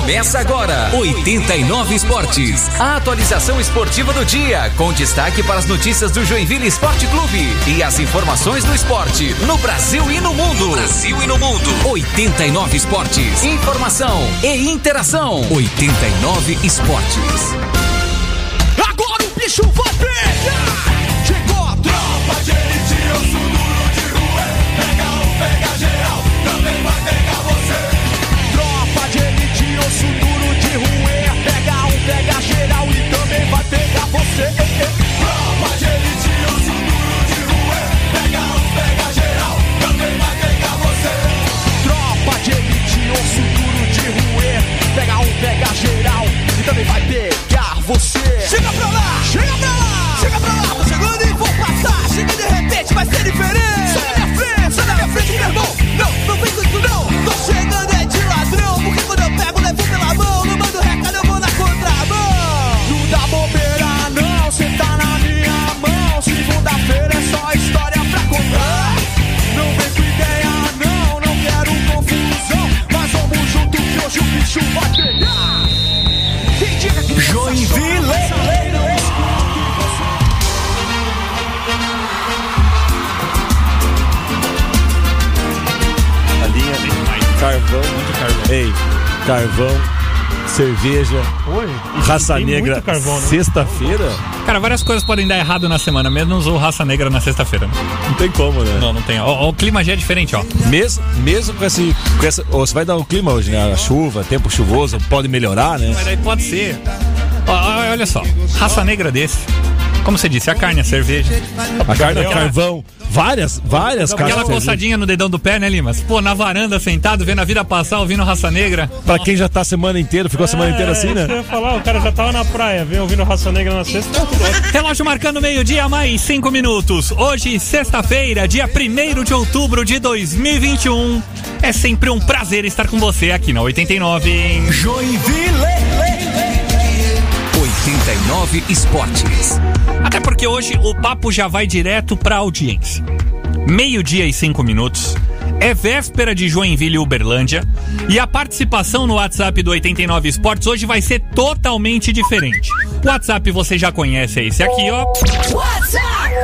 Começa agora, 89 Esportes. A atualização esportiva do dia, com destaque para as notícias do Joinville Esporte Clube e as informações do esporte no Brasil e no mundo. 89 Esportes. Informação e interação. 89 Esportes. Agora o bicho vai pegar! Chegou a tropa de elite, eu sou duro de rua. Pega um, pega geral, também vai pegar você. Tropa de elite, eu sou duro de rua. Pega um, pega geral e também vai pegar você. Tropa de elite, eu sou duro de rua. Pega um, pega geral, também vai pegar você. Tropa de elite, eu sou duro de rua. Pega um, pega geral e também vai pegar você. Chega pra lá, chega pra lá, chega pra lá, tô chegando e vou passar. Chega de repente, vai ser diferente. Sai da minha frente, meu irmão. Não vem com isso não. Tô chegando é de ladrão, porque quando eu pego, levo pela mão. Não mando recado, eu vou na contramão. Não dá bobeira não, cê tá na minha mão. Segunda-feira é só história pra contar. Não vem com ideia não quero confusão. Mas vamos junto que hoje o bicho vai pegar. Quem diga que Joinville. Carvão, muito carvão. Ei, carvão, cerveja, raça negra, carvão, né? Sexta-feira. Cara, várias coisas podem dar errado na semana, menos o raça negra na sexta-feira, né? Não tem como, né? Não tem. Ó, o clima já é diferente, ó. Mesmo com essa. Você vai dar o clima hoje, né? A chuva, tempo chuvoso, pode melhorar, né? Mas aí pode ser. Ó, olha só, raça negra desse. Como você disse, a carne, a cerveja. A carne, o carvão. Várias aquela coçadinha no dedão do pé, né, Limas? Pô, na varanda, sentado, vendo a vida passar, ouvindo raça negra. Pra quem já tá a semana inteira, ficou a semana inteira assim, né? Eu ia falar, o cara já tava na praia, vem ouvindo raça negra na sexta. Relógio marcando meio-dia, mais 5 minutos. Hoje, sexta-feira, dia 1º de outubro de 2021. É sempre um prazer estar com você aqui na 89 em Joinville. 89 Esportes. Até porque hoje o papo já vai direto pra audiência. Meio-dia e 5 minutos. É véspera de Joinville e Uberlândia. E a participação no WhatsApp do 89 Esportes hoje vai ser totalmente diferente. O WhatsApp você já conhece, é esse aqui, ó. WhatsApp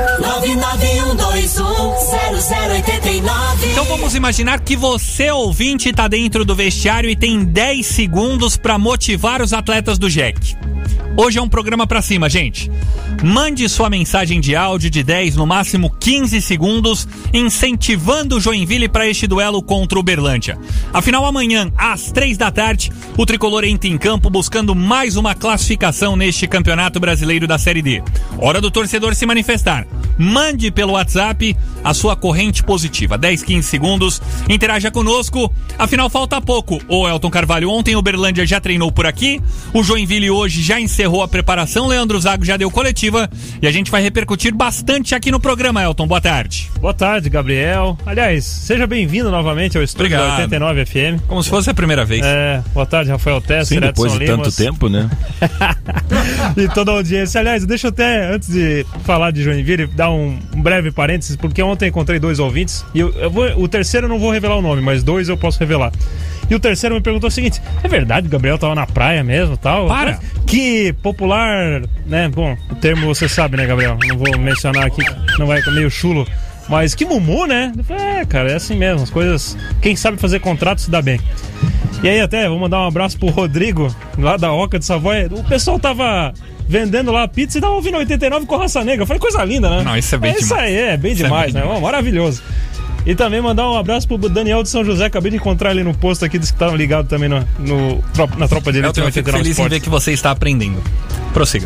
991210089. Então vamos imaginar que você, ouvinte, tá dentro do vestiário e tem 10 segundos pra motivar os atletas do Jack. Hoje é um programa pra cima, gente. Mande sua mensagem de áudio de 10, no máximo 15 segundos, incentivando o Joinville para este duelo contra o Uberlândia. Afinal, amanhã, às 3 da tarde, o tricolor entra em campo buscando mais uma classificação neste Campeonato Brasileiro da Série D. Hora do torcedor se manifestar. Mande pelo WhatsApp a sua corrente positiva. 10, 15 segundos. Interaja conosco. Afinal, falta pouco. O Elton Carvalho, ontem o Uberlândia já treinou por aqui. O Joinville hoje já encerrou a preparação. Leandro Zago já deu coletiva. E a gente vai repercutir bastante aqui no programa, Elton. Boa tarde. Boa tarde, Gabriel. Aliás, seja bem-vindo novamente ao estúdio da 89 FM. Como se fosse a primeira vez. Boa tarde, Rafael Tess. Sim, depois de tanto tempo, né? E toda a audiência. Aliás, deixa eu até, antes de falar de Joinville, dar um breve parênteses, porque ontem encontrei 2 ouvintes, e o terceiro eu não vou revelar o nome, mas 2 eu posso revelar. E o terceiro me perguntou o seguinte: é verdade que o Gabriel tava na praia mesmo e tal? Para! Que popular, né? Bom, o termo você sabe, né, Gabriel? Não vou mencionar aqui, não vai meio chulo. Mas que mumu, né? Cara, é assim mesmo, as coisas... Quem sabe fazer contrato se dá bem. E aí até, vou mandar um abraço pro Rodrigo, lá da Oca de Savoia. O pessoal tava vendendo lá a pizza e tava ouvindo 89 com raça negra. Eu falei, coisa linda, né? Não, isso é bem demais. Isso aí, é bem demais, né? Maravilhoso. E também mandar um abraço pro Daniel de São José. Acabei de encontrar ele no posto aqui, disse que estavam ligados também na tropa de elite. Eu fico feliz em ver que você está aprendendo. Prossiga.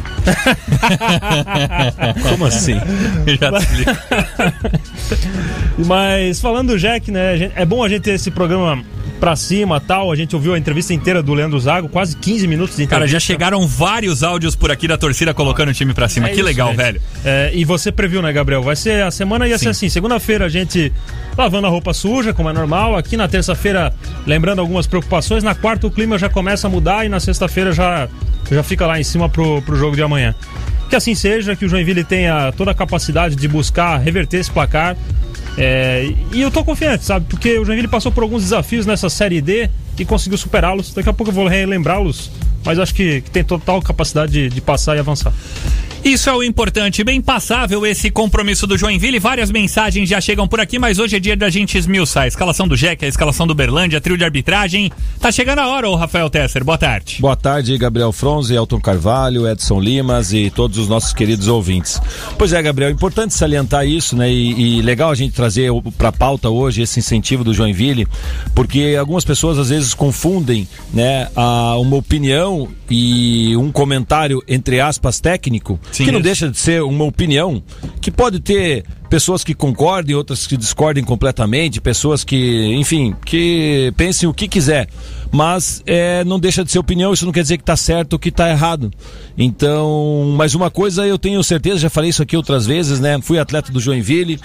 Como assim? Já te explico. Mas falando do Jack, né? É bom a gente ter esse programa pra cima, tal. A gente ouviu a entrevista inteira do Leandro Zago, quase 15 minutos de entrevista. Cara, já chegaram vários áudios por aqui da torcida colocando o time pra cima. Que isso, legal, gente. Velho. E você previu, né, Gabriel? Vai ser, a semana ia ser assim. Segunda-feira a gente lavando a roupa suja, como é normal. Aqui na terça-feira, lembrando algumas preocupações. Na quarta o clima já começa a mudar e na sexta-feira já fica lá em cima pro jogo de amanhã. Que assim seja, que o Joinville tenha toda a capacidade de buscar reverter esse placar. E eu tô confiante, sabe? Porque o Joinville passou por alguns desafios nessa Série D e conseguiu superá-los. Daqui a pouco eu vou relembrá-los, mas acho que tem total capacidade de passar e avançar. Isso é o importante, bem passável esse compromisso do Joinville. Várias mensagens já chegam por aqui, mas hoje é dia da gente esmiuçar a escalação do Jack, a escalação do Berlândia, trio de arbitragem. Tá chegando a hora, ô Rafael Tesser, boa tarde. Boa tarde, Gabriel Fronzi, Elton Carvalho, Edson Limas e todos os nossos queridos ouvintes. Pois é, Gabriel, é importante salientar isso, né? E legal a gente trazer pra pauta hoje esse incentivo do Joinville, porque algumas pessoas às vezes confundem, né, uma opinião e um comentário, entre aspas, técnico. Sim, que não deixa de ser uma opinião, que pode ter pessoas que concordem, outras que discordem completamente, pessoas que, enfim, que pensem o que quiser, mas não deixa de ser opinião, isso não quer dizer que está certo ou que está errado. Então, mas uma coisa eu tenho certeza, já falei isso aqui outras vezes, né? Fui atleta do Joinville,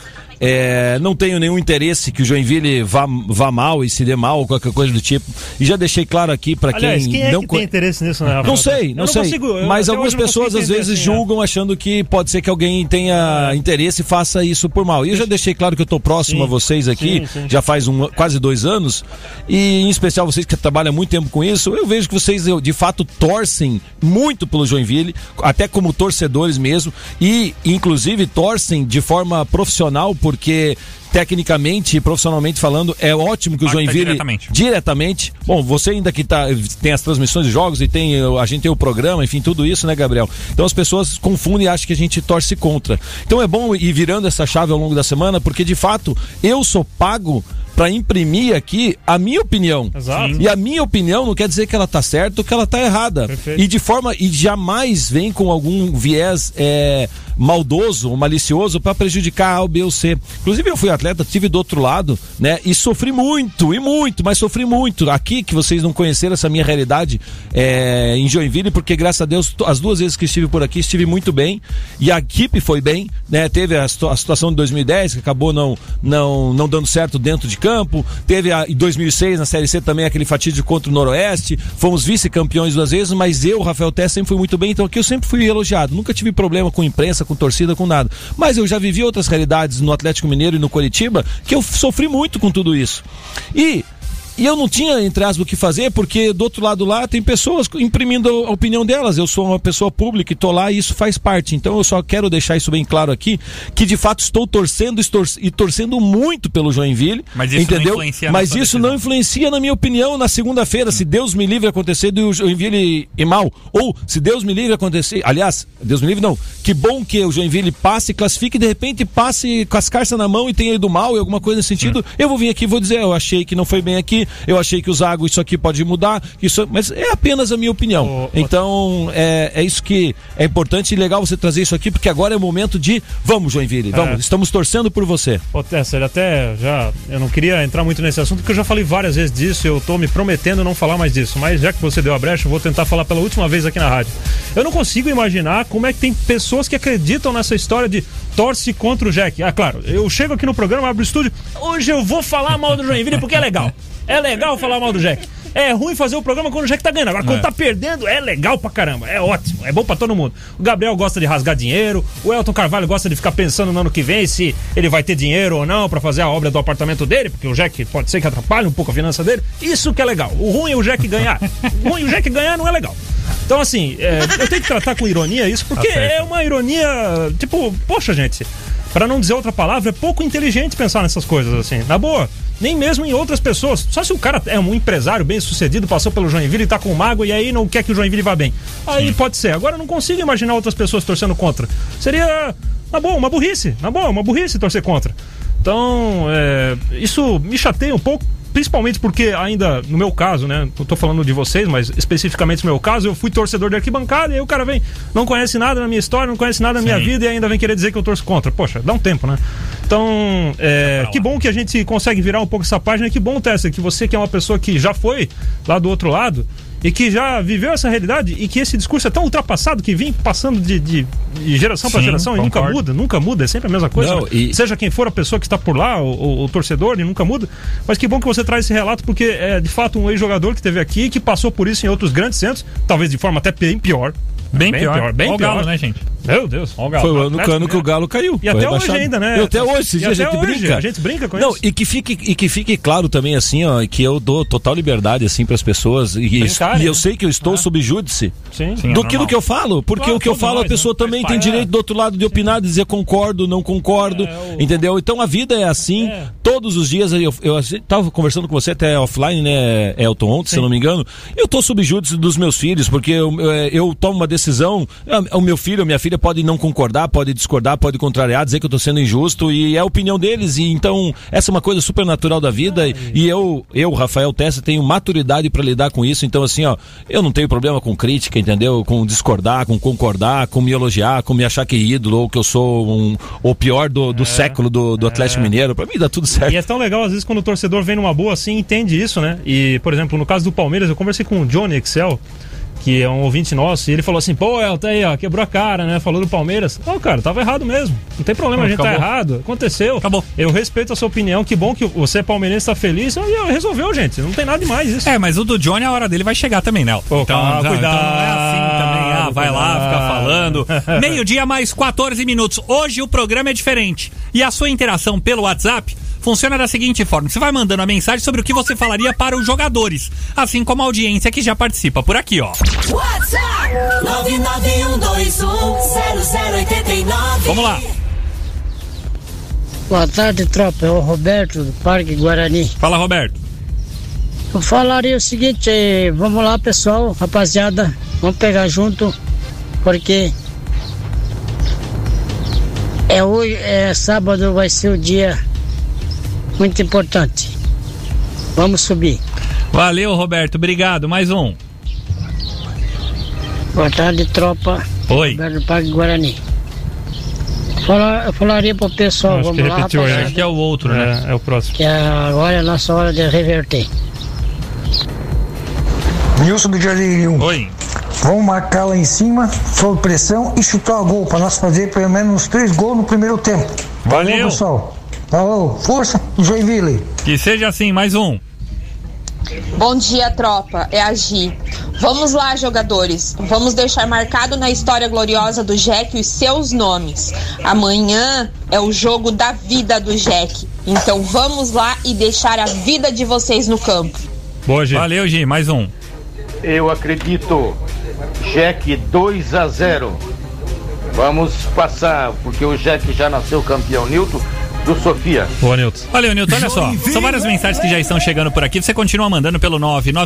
não tenho nenhum interesse que o Joinville vá mal e se dê mal ou qualquer coisa do tipo, e já deixei claro aqui para quem não tem interesse nisso, né, Rafael? Não sei, mas algumas pessoas às vezes julgam achando que pode ser que alguém tenha interesse e faça isso por mal. E eu já deixei claro que eu tô próximo a vocês aqui, já faz quase 2 anos, e em especial vocês que trabalham muito tempo com isso, eu vejo que vocês de fato torcem muito pelo Joinville, até como torcedores mesmo, e inclusive torcem de forma profissional, porque tecnicamente e profissionalmente falando, é ótimo que o Joinville diretamente. Bom, você ainda que tem as transmissões de jogos e a gente tem o programa, enfim, tudo isso, né, Gabriel? Então as pessoas confundem e acham que a gente torce contra. Então é bom ir virando essa chave ao longo da semana, porque de fato eu sou pago para imprimir aqui a minha opinião. Exato. E a minha opinião não quer dizer que ela tá certa ou que ela tá errada. Perfeito. E jamais vem com algum viés maldoso ou malicioso para prejudicar A, B ou C. Inclusive eu fui atleta, tive do outro lado, né? E sofri muito, mas sofri muito. Aqui que vocês não conheceram essa minha realidade em Joinville, porque graças a Deus as 2 vezes que estive por aqui estive muito bem e a equipe foi bem, né? Teve a situação de 2010 que acabou não dando certo dentro de campo, teve em 2006 na Série C também aquele fatídico contra o Noroeste, fomos vice-campeões 2 vezes, mas eu, Rafael Tess, sempre fui muito bem, então aqui eu sempre fui elogiado, nunca tive problema com imprensa, com torcida, com nada, mas eu já vivi outras realidades no Atlético Mineiro e no Coritiba, que eu sofri muito com tudo isso, e eu não tinha, entre aspas, o que fazer, porque do outro lado lá tem pessoas imprimindo a opinião delas. Eu sou uma pessoa pública e tô lá e isso faz parte. Então eu só quero deixar isso bem claro aqui, que de fato estou torcendo e torcendo muito pelo Joinville. Mas isso entendeu? Não influencia mas isso não influencia, na minha opinião, na segunda-feira. Se Deus me livre acontecer do Joinville ir mal, ou se Deus me livre acontecer, aliás, Deus me livre não, que bom que o Joinville passe, classifique e de repente passe com as carças na mão e tenha ido mal e alguma coisa nesse sentido, eu vou vir aqui e vou dizer, eu achei que não foi bem aqui, eu achei que o Zago, isso aqui pode mudar, mas é apenas a minha opinião. Então, é isso que é importante e legal você trazer isso aqui, porque agora é o momento de, vamos Joinville, vamos, estamos torcendo por você. Ô Tesser, eu não queria entrar muito nesse assunto, porque eu já falei várias vezes disso, eu tô me prometendo não falar mais disso, mas já que você deu a brecha, eu vou tentar falar pela última vez aqui na rádio. Eu não consigo imaginar como é que tem pessoas que acreditam nessa história de torce contra o Jack. Ah, claro, eu chego aqui no programa, abro o estúdio, hoje eu vou falar mal do Joinville porque é legal. É legal falar mal do Jack. É ruim fazer o programa quando o Jack tá ganhando. Agora, quando tá perdendo, é legal pra caramba. É ótimo, é bom pra todo mundo. O Gabriel gosta de rasgar dinheiro. O Elton Carvalho gosta de ficar pensando no ano que vem se ele vai ter dinheiro ou não pra fazer a obra do apartamento dele, porque o Jack pode ser que atrapalhe um pouco a finança dele. Isso que é legal. O ruim é o Jack ganhar. O ruim é o Jack ganhar não é legal. Então, assim, eu tenho que tratar com ironia isso, porque é uma ironia, tipo, poxa, gente, pra não dizer outra palavra, é pouco inteligente pensar nessas coisas, assim, na boa. Nem mesmo em outras pessoas. Só se o cara é um empresário bem sucedido, passou pelo Joinville e tá com mágoa e aí não quer que o Joinville vá bem. Aí pode ser. Agora eu não consigo imaginar outras pessoas torcendo contra. Seria, na boa, uma burrice. Na boa, uma burrice torcer contra. Então, isso me chateia um pouco. Principalmente porque ainda, no meu caso, né? Não tô falando de vocês, mas especificamente no meu caso, eu fui torcedor de arquibancada e aí o cara vem, não conhece nada na minha história, não conhece nada na minha vida e ainda vem querer dizer que eu torço contra. Poxa, dá um tempo, né? Então, que bom que a gente consegue virar um pouco essa página, que bom, Tessa, que você que é uma pessoa que já foi lá do outro lado e que já viveu essa realidade e que esse discurso é tão ultrapassado que vem passando de geração para geração e nunca muda, é sempre a mesma coisa. Não, seja quem for a pessoa que está por lá, o torcedor, e nunca muda. Mas que bom que você traz esse relato, porque é de fato um ex-jogador que esteve aqui, que passou por isso em outros grandes centros, talvez de forma até bem pior. Bem pior. Bem pior. Galo, né, gente? Meu Deus, olha o Galo. Foi o ano que o Galo caiu. E até hoje ainda, né? E até hoje, esses dias a gente brinca. A gente brinca com não, isso. E que fique claro também, assim, ó, que eu dou total liberdade, assim, pras pessoas. E eu sei que eu estou sob júdice do que eu falo. Porque o que eu falo, a pessoa também tem direito do outro lado de opinar, de dizer concordo, não concordo, entendeu? Então a vida é assim, todos os dias. Eu tava conversando com você até offline, né, Elton, ontem, se eu não me engano. Eu tô sob júdice dos meus filhos, porque eu tomo uma decisão, o meu filho, a minha filha pode não concordar, pode discordar, pode contrariar, dizer que eu tô sendo injusto, e é a opinião deles, e então essa é uma coisa super natural da vida, e eu, Rafael Tessa, tenho maturidade pra lidar com isso, então assim, ó, eu não tenho problema com crítica, entendeu? Com discordar, com concordar, com me elogiar, com me achar que é ídolo, ou que eu sou o pior do século do Atlético Mineiro, pra mim dá tudo certo. E é tão legal, às vezes, quando o torcedor vem numa boa assim, entende isso, né? E, por exemplo, no caso do Palmeiras, eu conversei com o Johnny Excel, que é um ouvinte nosso, e ele falou assim, pô, tá aí, ó, quebrou a cara, né? Falou do Palmeiras. Não, cara, tava errado mesmo. Não tem problema, a gente tá errado. Aconteceu. Acabou. Eu respeito a sua opinião, que bom que você palmeirense tá feliz. E resolveu, gente. Não tem nada demais isso. Mas o do Johnny, a hora dele vai chegar também, né? Pô, então, cuidado. Então não é assim também. Vai lá, fica falando. Meio-dia mais 14 minutos. Hoje o programa é diferente. E a sua interação pelo WhatsApp funciona da seguinte forma: você vai mandando a mensagem sobre o que você falaria para os jogadores, assim como a audiência que já participa por aqui, ó. WhatsApp 991210089. Vamos lá. Boa tarde, tropa. É o Roberto do Parque Guarani. Fala, Roberto. Eu falaria o seguinte, vamos lá, pessoal, rapaziada, vamos pegar junto, porque hoje, sábado vai ser o dia muito importante. Vamos subir. Valeu, Roberto. Obrigado. Mais um. Boa tarde, tropa. Oi. Roberto do Parque Guarani. Eu falaria pro pessoal, vamos lá, rapaziada. Acho que é o outro, né? É o próximo. Que agora é a nossa hora de reverter. Nilson do Jardim 1. Oi. Vamos marcar lá em cima, sob pressão, e chutar o gol, para nós fazer pelo menos uns 3 gols no primeiro tempo. Valeu, pessoal. Falou, força, Joinville. Que seja assim, mais um. Bom dia, tropa. É a Gi. Vamos lá, jogadores. Vamos deixar marcado na história gloriosa do Jack os seus nomes. Amanhã é o jogo da vida do Jack. Então vamos lá e deixar a vida de vocês no campo. Boa, Gi. Valeu, Gi. Mais um. Eu acredito. Jack 2-0. Vamos passar, porque o Jack já nasceu campeão. Nilton do Sofia. Boa, Nilton. Valeu, Nilton. Olha só, são várias mensagens que já estão chegando por aqui. Você continua mandando pelo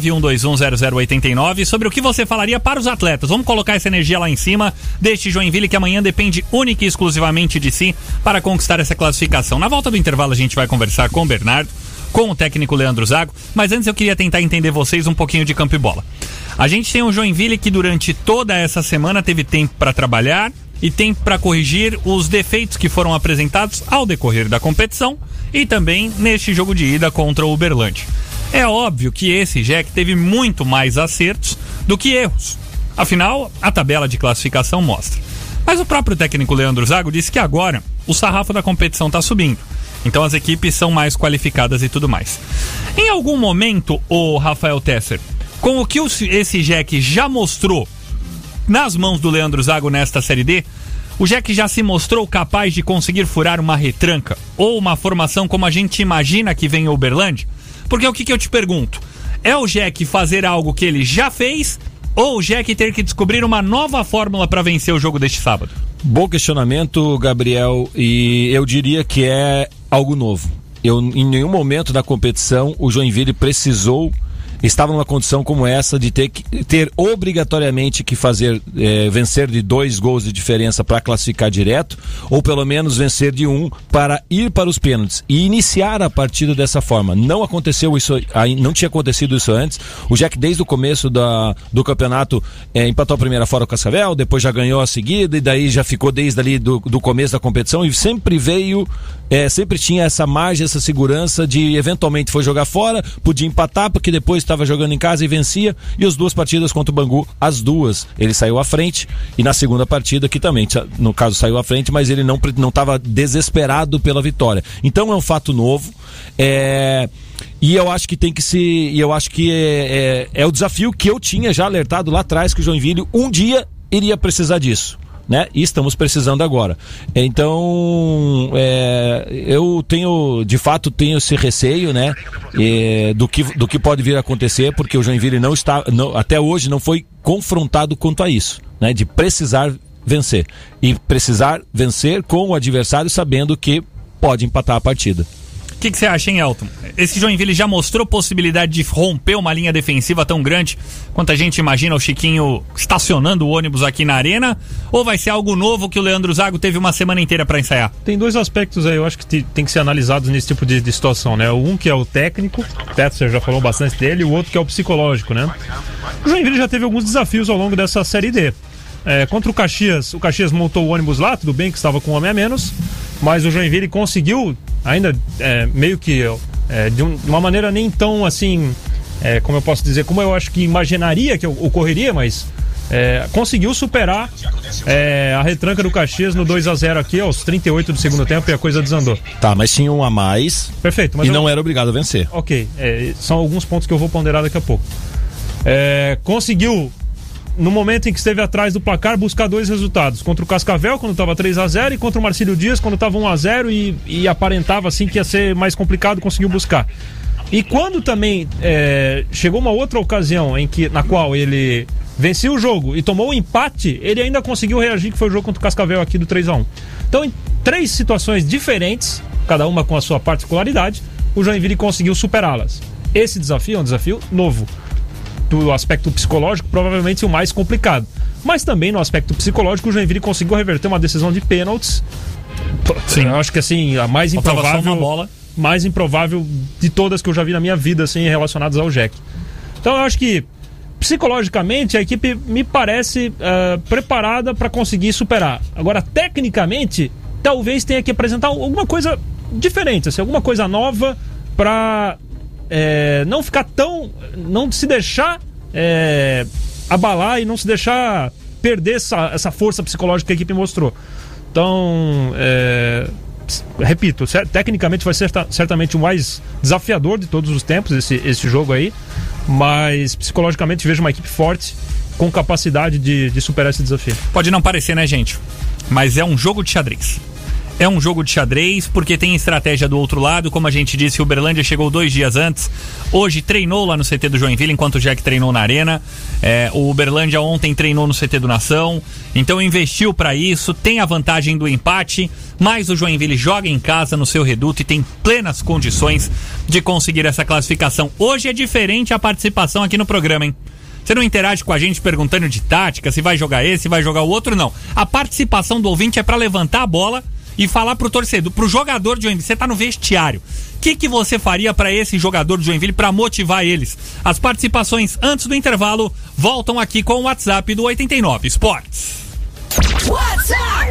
991210089 sobre o que você falaria para os atletas. Vamos colocar essa energia lá em cima deste Joinville, que amanhã depende única e exclusivamente de si para conquistar essa classificação. Na volta do intervalo a gente vai conversar com o Bernardo, com o técnico Leandro Zago, mas antes eu queria tentar entender vocês um pouquinho de campo e bola. A gente tem um Joinville que durante toda essa semana teve tempo para trabalhar e tempo para corrigir os defeitos que foram apresentados ao decorrer da competição e também neste jogo de ida contra o Uberlândia. É óbvio que esse Jack teve muito mais acertos do que erros. Afinal, a tabela de classificação mostra. Mas o próprio técnico Leandro Zago disse que agora o sarrafo da competição está subindo. Então as equipes são mais qualificadas e tudo mais. Em algum momento, o Rafael Tesser, com o que esse Jack já mostrou nas mãos do Leandro Zago nesta Série D, o Jack já se mostrou capaz de conseguir furar uma retranca ou uma formação como a gente imagina que vem o Uberlândia? Porque o que eu te pergunto? É o Jack fazer algo que ele já fez ou o Jack ter que descobrir uma nova fórmula para vencer o jogo deste sábado? Bom questionamento, Gabriel, e eu diria que é algo novo. Em nenhum momento da competição o Joinville estava numa condição como essa de ter obrigatoriamente que vencer de 2 gols de diferença para classificar direto, ou pelo menos vencer de 1 para ir para os pênaltis e iniciar a partida dessa forma. Não aconteceu isso, não tinha acontecido isso antes. O Jack desde o começo do campeonato empatou a primeira fora o Cascavel, depois já ganhou a seguida e daí já ficou desde ali do começo da competição e sempre sempre tinha essa margem, essa segurança de eventualmente foi jogar fora, podia empatar porque depois estava jogando em casa e vencia, e as 2 partidas contra o Bangu, as 2 ele saiu à frente, e na segunda partida que também, no caso saiu à frente, mas ele não estava desesperado pela vitória. Então é um fato novo, e eu acho que é o desafio que eu tinha já alertado lá atrás, que o Joinville um dia iria precisar disso. né? E estamos precisando agora. Então, eu de fato tenho esse receio, né? Do que pode vir a acontecer, porque o Joinville até hoje não foi confrontado quanto a isso, né? De precisar vencer. E precisar vencer com o adversário sabendo que pode empatar a partida. O que você acha, hein, Elton? Esse Joinville já mostrou possibilidade de romper uma linha defensiva tão grande quanto a gente imagina o Chiquinho estacionando o ônibus aqui na arena? Ou vai ser algo novo que o Leandro Zago teve uma semana inteira para ensaiar? Tem dois aspectos aí, eu acho que tem que ser analisados nesse tipo de situação, né? Um que é o técnico, o Tetzer já falou bastante dele, e o outro que é o psicológico, né? O Joinville já teve alguns desafios ao longo dessa Série D. Contra o Caxias montou o ônibus lá, tudo bem que estava com um homem a menos, mas o Joinville conseguiu, ainda meio que de uma maneira nem tão assim, como eu posso dizer, como eu acho que imaginaria que ocorreria, mas conseguiu superar a retranca do Caxias no 2-0 aqui aos 38 do segundo tempo e a coisa desandou. Tá, mas tinha um a mais. Perfeito. Mas não era obrigado a vencer. Ok, são alguns pontos que eu vou ponderar daqui a pouco. Conseguiu, no momento em que esteve atrás do placar, buscar dois resultados. Contra o Cascavel, quando estava 3-0, e contra o Marcílio Dias, quando estava 1-0 e aparentava assim que ia ser mais complicado, conseguiu buscar. E quando também chegou uma outra ocasião na qual ele venceu o jogo e tomou o empate, ele ainda conseguiu reagir, que foi o jogo contra o Cascavel aqui do 3-1. Então, em 3 situações diferentes, cada uma com a sua particularidade, o Joinville conseguiu superá-las. Esse desafio é um desafio novo. Do aspecto psicológico, provavelmente o mais complicado. Mas também no aspecto psicológico, o Joinville conseguiu reverter uma decisão de pênaltis. Sim. Eu acho que assim, a mais improvável de todas que eu já vi na minha vida, assim, relacionadas ao Jack. Então eu acho que psicologicamente a equipe me parece preparada para conseguir superar. Agora, tecnicamente, talvez tenha que apresentar alguma coisa diferente, assim, alguma coisa nova para não ficar não se deixar abalar e não se deixar perder essa força psicológica que a equipe mostrou. Então, repito, tecnicamente vai ser certamente o mais desafiador de todos os tempos esse jogo aí, mas psicologicamente vejo uma equipe forte com capacidade de superar esse desafio. Pode não parecer, né, gente? Mas é um jogo de xadrez. É um jogo de xadrez porque tem estratégia do outro lado. Como a gente disse, o Uberlândia chegou 2 dias antes. Hoje treinou lá no CT do Joinville, enquanto o Jack treinou na Arena. O Uberlândia ontem treinou no CT do Nação. Então investiu para isso, tem a vantagem do empate, mas o Joinville joga em casa no seu reduto e tem plenas condições de conseguir essa classificação. Hoje é diferente a participação aqui no programa, hein? Você não interage com a gente perguntando de tática, se vai jogar esse, se vai jogar o outro, não. A participação do ouvinte é para levantar a bola e falar pro torcedor, pro jogador de Joinville. Você tá no vestiário. O que você faria para esse jogador de Joinville para motivar eles? As participações antes do intervalo voltam aqui com o WhatsApp do 89 Esportes. WhatsApp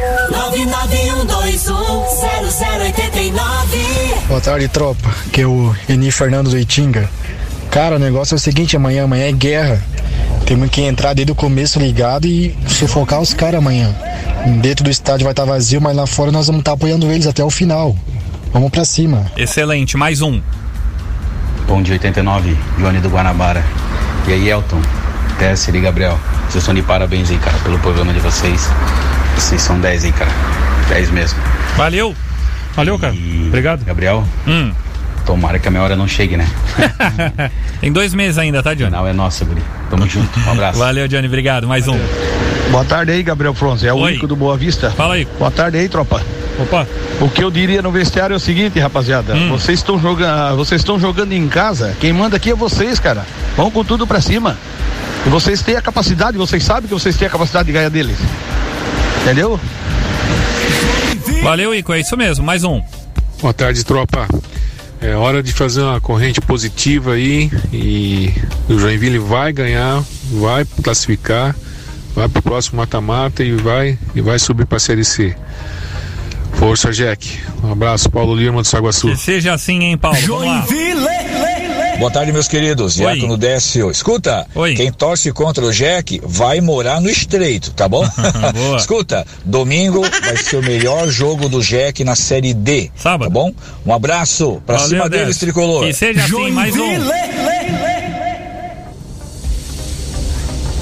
991210089. Boa tarde, tropa. Que é o Eni Fernando do Itinga. Cara, o negócio é o seguinte, amanhã é guerra. Temos que entrar desde o começo ligado e sufocar os caras amanhã. Dentro do estádio vai estar vazio, mas lá fora nós vamos estar apoiando eles até o final. Vamos pra cima. Excelente, mais um. Bom dia, 89, Johnny do Guanabara. E aí, Elton, Tesser e Gabriel, vocês estão de parabéns aí, cara, pelo programa de vocês. Vocês são 10 aí, cara. 10 mesmo. Valeu, cara. Obrigado. Gabriel, tomara que a minha hora não chegue, né? Tem 2 meses ainda, tá, Johnny? Não, é nossa, guri. Tamo junto, um abraço. Valeu, Johnny, obrigado. Mais um. Boa tarde aí, Gabriel Fronze. É o único do Boa Vista. Fala aí. Boa tarde aí, tropa. Opa. O que eu diria no vestiário é o seguinte, rapaziada. Vocês estão jogando em casa. Quem manda aqui é vocês, cara. Vão com tudo pra cima. E vocês têm a capacidade, vocês sabem que vocês têm a capacidade de ganhar deles. Entendeu? Valeu, Ico. É isso mesmo. Mais um. Boa tarde, tropa. É hora de fazer uma corrente positiva aí e o Joinville vai ganhar, vai classificar, vai pro próximo mata-mata e vai subir pra Série C. Força, Jack. Um abraço, Paulo Lima do Saguaçu. Que seja assim, hein, Paulo? Joinville! Boa tarde, meus queridos. Diácono Décio. Escuta, quem torce contra o Jack vai morar no Estreito, tá bom? Escuta, domingo vai ser o melhor jogo do Jack na Série D. Sábado. Tá bom? Um abraço pra cima deles, tricolor. Que seja assim, mais um. Pronto.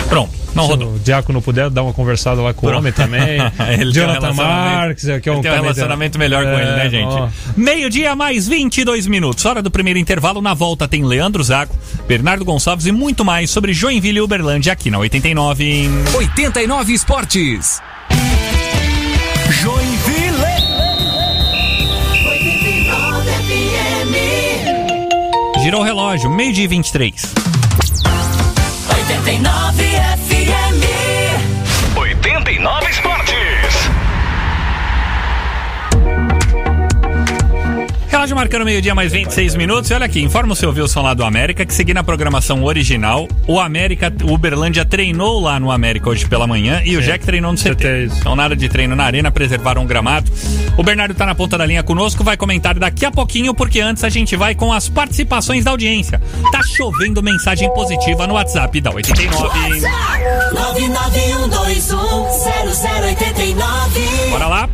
Não se rodou. o Diácono puder dar uma conversada lá com o homem também. Jonathan Marques, que é um tem um relacionamento melhor com ele, né, gente? Meio-dia mais 22 minutos. Hora do primeiro intervalo. Na volta tem Leandro Zago, Bernardo Gonçalves e muito mais sobre Joinville e Uberlândia aqui na 89. 89 Esportes. Joinville. 89 FM. Girou o relógio, meio-dia e 23. 89 FM. 89 Esportes. Relógio marcando meio-dia mais 26 minutos. E olha aqui, informa o seu Wilson lá do América que, seguindo a programação original, o Uberlândia treinou lá no América hoje pela manhã e o Jack treinou no CT. Então nada de treino na arena, preservaram o gramado. O Bernardo tá na ponta da linha conosco, vai comentar daqui a pouquinho, porque antes a gente vai com as participações da audiência. Tá chovendo mensagem positiva no WhatsApp da 89. 991210089. Bora lá.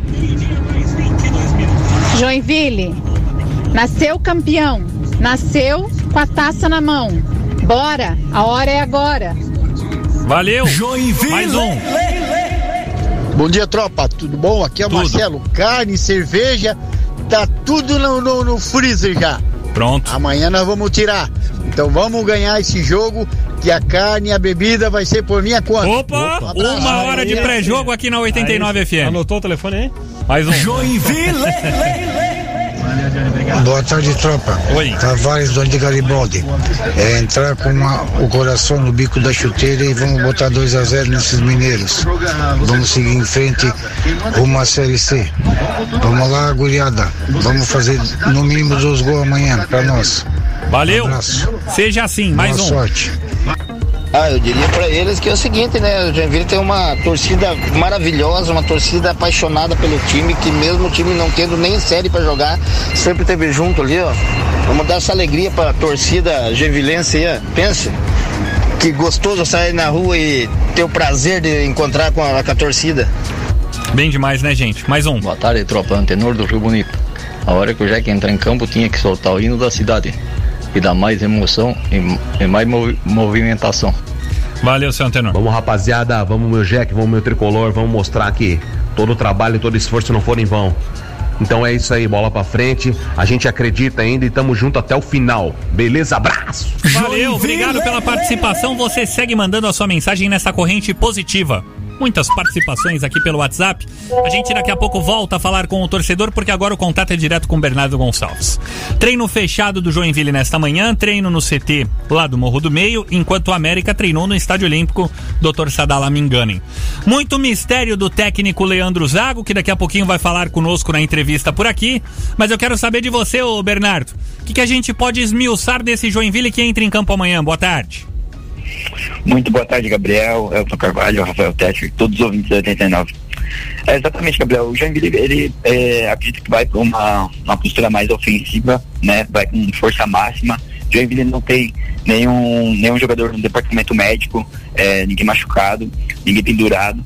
Joinville, nasceu campeão, nasceu com a taça na mão. Bora, a hora é agora. Valeu. Joinville. Mais um. Bom dia, tropa, tudo bom? Aqui é o Marcelo. Carne, cerveja, tá tudo no freezer já. Pronto. Amanhã nós vamos tirar. Então vamos ganhar esse jogo, que a carne e a bebida vai ser por minha conta. Opa, uma hora de pré-jogo aqui na 89 FM. Anotou o telefone aí? Mais um. Joinville. Boa tarde, tropa. Oi. Tavares do de Garibaldi. É entrar com o coração no bico da chuteira e vamos botar 2-0 nesses mineiros. Vamos seguir em frente rumo à Série C. Vamos lá, guriada. Vamos fazer no mínimo 2 gols amanhã pra nós. Valeu. Seja assim, mais boa sorte. Eu diria pra eles que é o seguinte, né? O Joinville tem uma torcida maravilhosa, uma torcida apaixonada pelo time, que mesmo o time não tendo nem série pra jogar, sempre teve junto ali, ó. Vamos dar essa alegria pra torcida joinvilense aí, ó. Pensa, que gostoso sair na rua e ter o prazer de encontrar com a torcida. Bem demais, né, gente? Mais um. Boa tarde, tropa, Antenor do Rio Bonito. A hora que o Jack entra em campo tinha que soltar o hino da cidade, que dá mais emoção e mais movimentação. Valeu, seu Antenor. Vamos, rapaziada, vamos meu Jack, vamos meu tricolor, vamos mostrar que todo o trabalho e todo esforço não foram em vão. Então é isso aí, bola pra frente, a gente acredita ainda e tamo junto até o final. Beleza? Abraço! Valeu, obrigado pela participação. Você segue mandando a sua mensagem nessa corrente positiva. Muitas participações aqui pelo WhatsApp. A gente daqui a pouco volta a falar com o torcedor, porque agora o contato é direto com o Bernardo Gonçalves. Treino fechado do Joinville nesta manhã, treino no CT lá do Morro do Meio, enquanto o América treinou no Estádio Olímpico Dr. Sadala Minganem. Muito mistério do técnico Leandro Zago, que daqui a pouquinho vai falar conosco na entrevista por aqui, mas eu quero saber de você, ô Bernardo, o que a gente pode esmiuçar desse Joinville que entra em campo amanhã? Boa tarde. Muito boa tarde, Gabriel, Elton Carvalho, Rafael Tete, todos os ouvintes da 89. Exatamente, Gabriel. O Joinville, ele acredita que vai para uma postura mais ofensiva, né? Vai com força máxima. O Joinville não tem nenhum jogador no departamento médico, ninguém machucado, ninguém pendurado.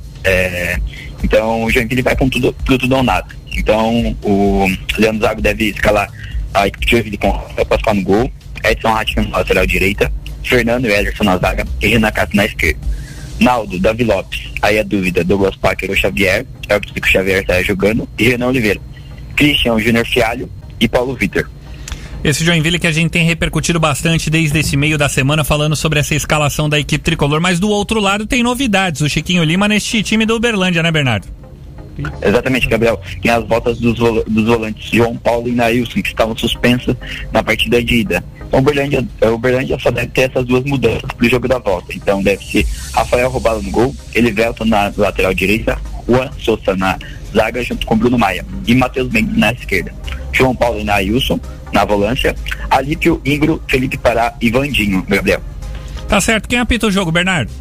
Então, o Joinville vai com tudo ou nada. Então, o Leandro Zago deve escalar a equipe de Joinville com Rafael Pascoal no gol, Edson Ratchin na lateral direita, Fernando e Ederson na zaga e Renan Castro na esquerda. Naldo, Davi Lopes, aí a dúvida, Douglas Packer ou Xavier, é o que o Xavier está jogando, e Renan Oliveira, Christian, Júnior Fialho e Paulo Vitor. Esse Joinville que a gente tem repercutido bastante desde esse meio da semana, falando sobre essa escalação da equipe tricolor, mas do outro lado tem novidades, o Chiquinho Lima neste time do Uberlândia, né, Bernardo? Exatamente, Gabriel. Tem as voltas dos volantes João Paulo e Nailson, que estavam suspensos na partida de ida. Então, o Uberlândia só deve ter essas duas mudanças para o jogo da volta. Então deve ser Rafael Robalo no gol, Elivelton na lateral direita, Juan Sousa na zaga junto com Bruno Maia e Matheus Mendes na esquerda. João Paulo e Nailson na volância, Alípio, Ingro, Felipe Pará e Vandinho, Gabriel. Tá certo. Quem apita o jogo, Bernardo?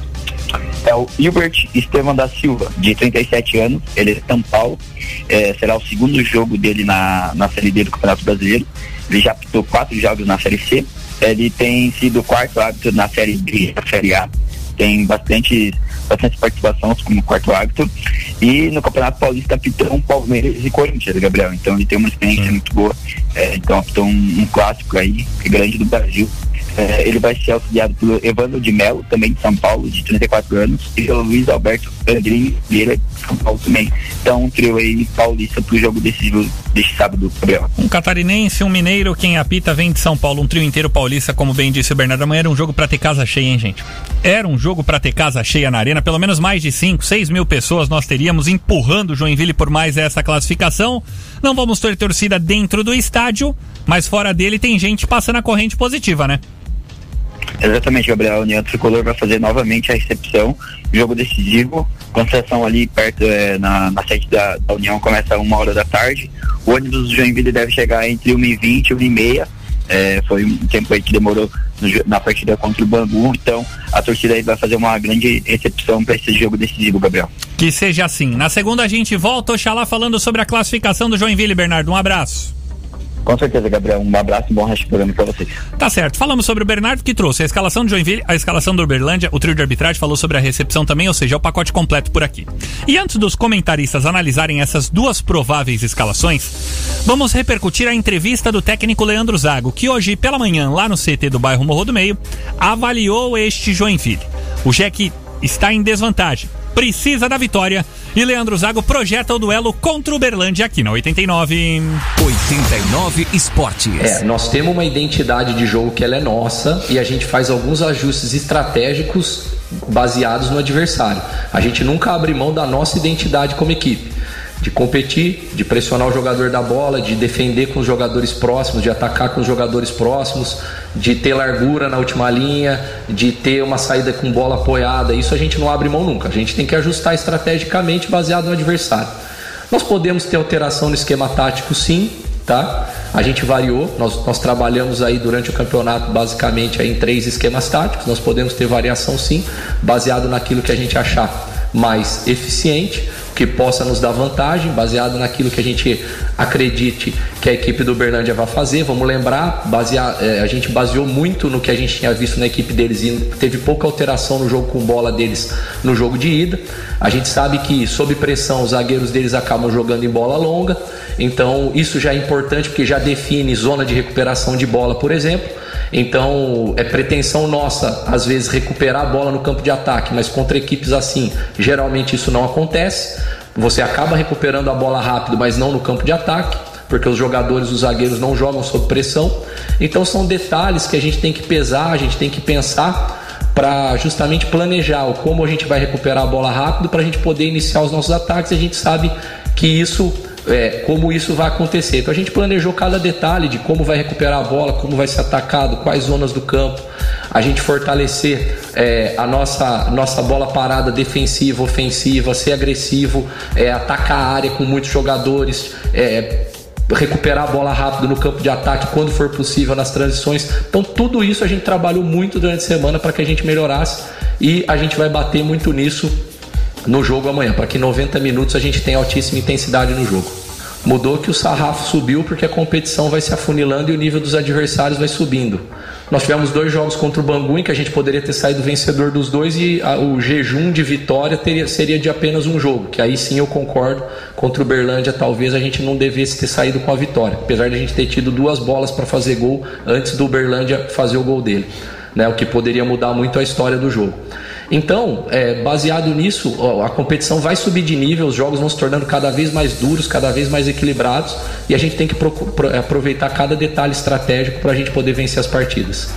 É o Hilbert Estevam da Silva, de 37 anos, ele é de São Paulo, será o segundo jogo dele na Série D do Campeonato Brasileiro. Ele já apitou 4 jogos na Série C, ele tem sido o quarto árbitro na Série B, na Série A, tem bastante participações como quarto árbitro, e no Campeonato Paulista apitou um Palmeiras e Corinthians, Gabriel, então ele tem uma experiência muito boa, então apitou um clássico aí, grande do Brasil, Ele vai ser auxiliado pelo Evandro de Mello, também de São Paulo, de 34 anos, e pelo Luiz Alberto Andrini Vieira, de São Paulo também. Então, um trio aí paulista pro jogo decisivo deste sábado, Gabriel. Um catarinense, um mineiro, quem apita vem de São Paulo, um trio inteiro paulista, como bem disse o Bernardo. Amanhã era um jogo pra ter casa cheia, hein, gente? Era um jogo pra ter casa cheia na arena, pelo menos mais de 5, 6 mil pessoas nós teríamos empurrando o Joinville por mais essa classificação. Não vamos ter torcida dentro do estádio, mas fora dele tem gente passando a corrente positiva, né? Exatamente, Gabriel. A União Tricolor vai fazer novamente a recepção, jogo decisivo, concentração ali perto, na sede da União, começa às 1h da tarde. O ônibus do Joinville deve chegar entre 1h20 e 1h30. Foi um tempo aí que demorou na partida contra o Bangu, então a torcida aí vai fazer uma grande recepção para esse jogo decisivo, Gabriel. Que seja assim. Na segunda a gente volta, Oxalá, falando sobre a classificação do Joinville. Bernardo, um abraço. Com certeza, Gabriel. Um abraço e bom resto de programa pra vocês. Tá certo. Falamos sobre o Bernardo, que trouxe a escalação do Joinville, a escalação do Uberlândia, o trio de arbitragem falou sobre a recepção também, ou seja, o pacote completo por aqui. E antes dos comentaristas analisarem essas duas prováveis escalações, vamos repercutir a entrevista do técnico Leandro Zago, que hoje pela manhã, lá no CT do bairro Morro do Meio, avaliou este Joinville. O Jack está em desvantagem, precisa da vitória, e Leandro Zago projeta o duelo contra o Uberlândia aqui na 89. 89 Esportes. Nós temos uma identidade de jogo que ela é nossa e a gente faz alguns ajustes estratégicos baseados no adversário. A gente nunca abre mão da nossa identidade como equipe, de competir, de pressionar o jogador da bola, de defender com os jogadores próximos, de atacar com os jogadores próximos, de ter largura na última linha, de ter uma saída com bola apoiada. Isso a gente não abre mão nunca. A gente tem que ajustar estrategicamente baseado no adversário. Nós podemos ter alteração no esquema tático, sim, tá? A gente variou, nós trabalhamos aí durante o campeonato basicamente aí em 3 esquemas táticos. Nós podemos ter variação, sim, baseado naquilo que a gente achar mais eficiente, que possa nos dar vantagem, baseado naquilo que a gente acredite que a equipe do Uberlândia vai fazer. Vamos lembrar, a gente baseou muito no que a gente tinha visto na equipe deles e teve pouca alteração no jogo com bola deles no jogo de ida. A gente sabe que sob pressão os zagueiros deles acabam jogando em bola longa, então isso já é importante porque já define zona de recuperação de bola, por exemplo. Então é pretensão nossa às vezes recuperar a bola no campo de ataque, mas contra equipes assim geralmente isso não acontece. Você acaba recuperando a bola rápido, mas não no campo de ataque, porque os jogadores, os zagueiros não jogam sob pressão. Então são detalhes que a gente tem que pesar, a gente tem que pensar para justamente planejar como a gente vai recuperar a bola rápido para a gente poder iniciar os nossos ataques. A gente sabe que isso como isso vai acontecer. Então a gente planejou cada detalhe de como vai recuperar a bola, como vai ser atacado, quais zonas do campo, a gente fortalecer a nossa bola parada defensiva, ofensiva, ser agressivo, atacar a área com muitos jogadores, recuperar a bola rápido no campo de ataque quando for possível nas transições. Então tudo isso a gente trabalhou muito durante a semana para que a gente melhorasse e a gente vai bater muito nisso no jogo amanhã, para que 90 minutos a gente tenha altíssima intensidade no jogo. Mudou que o sarrafo subiu porque a competição vai se afunilando e o nível dos adversários vai subindo. Nós tivemos 2 jogos contra o Bangu em que a gente poderia ter saído vencedor dos 2 e o jejum de vitória seria de apenas um jogo, que aí sim eu concordo, contra o Uberlândia talvez a gente não devesse ter saído com a vitória, apesar de a gente ter tido 2 bolas para fazer gol antes do Uberlândia fazer o gol dele, né? O que poderia mudar muito a história do jogo. Então, baseado nisso, a competição vai subir de nível, os jogos vão se tornando cada vez mais duros, cada vez mais equilibrados, e a gente tem que aproveitar cada detalhe estratégico para a gente poder vencer as partidas.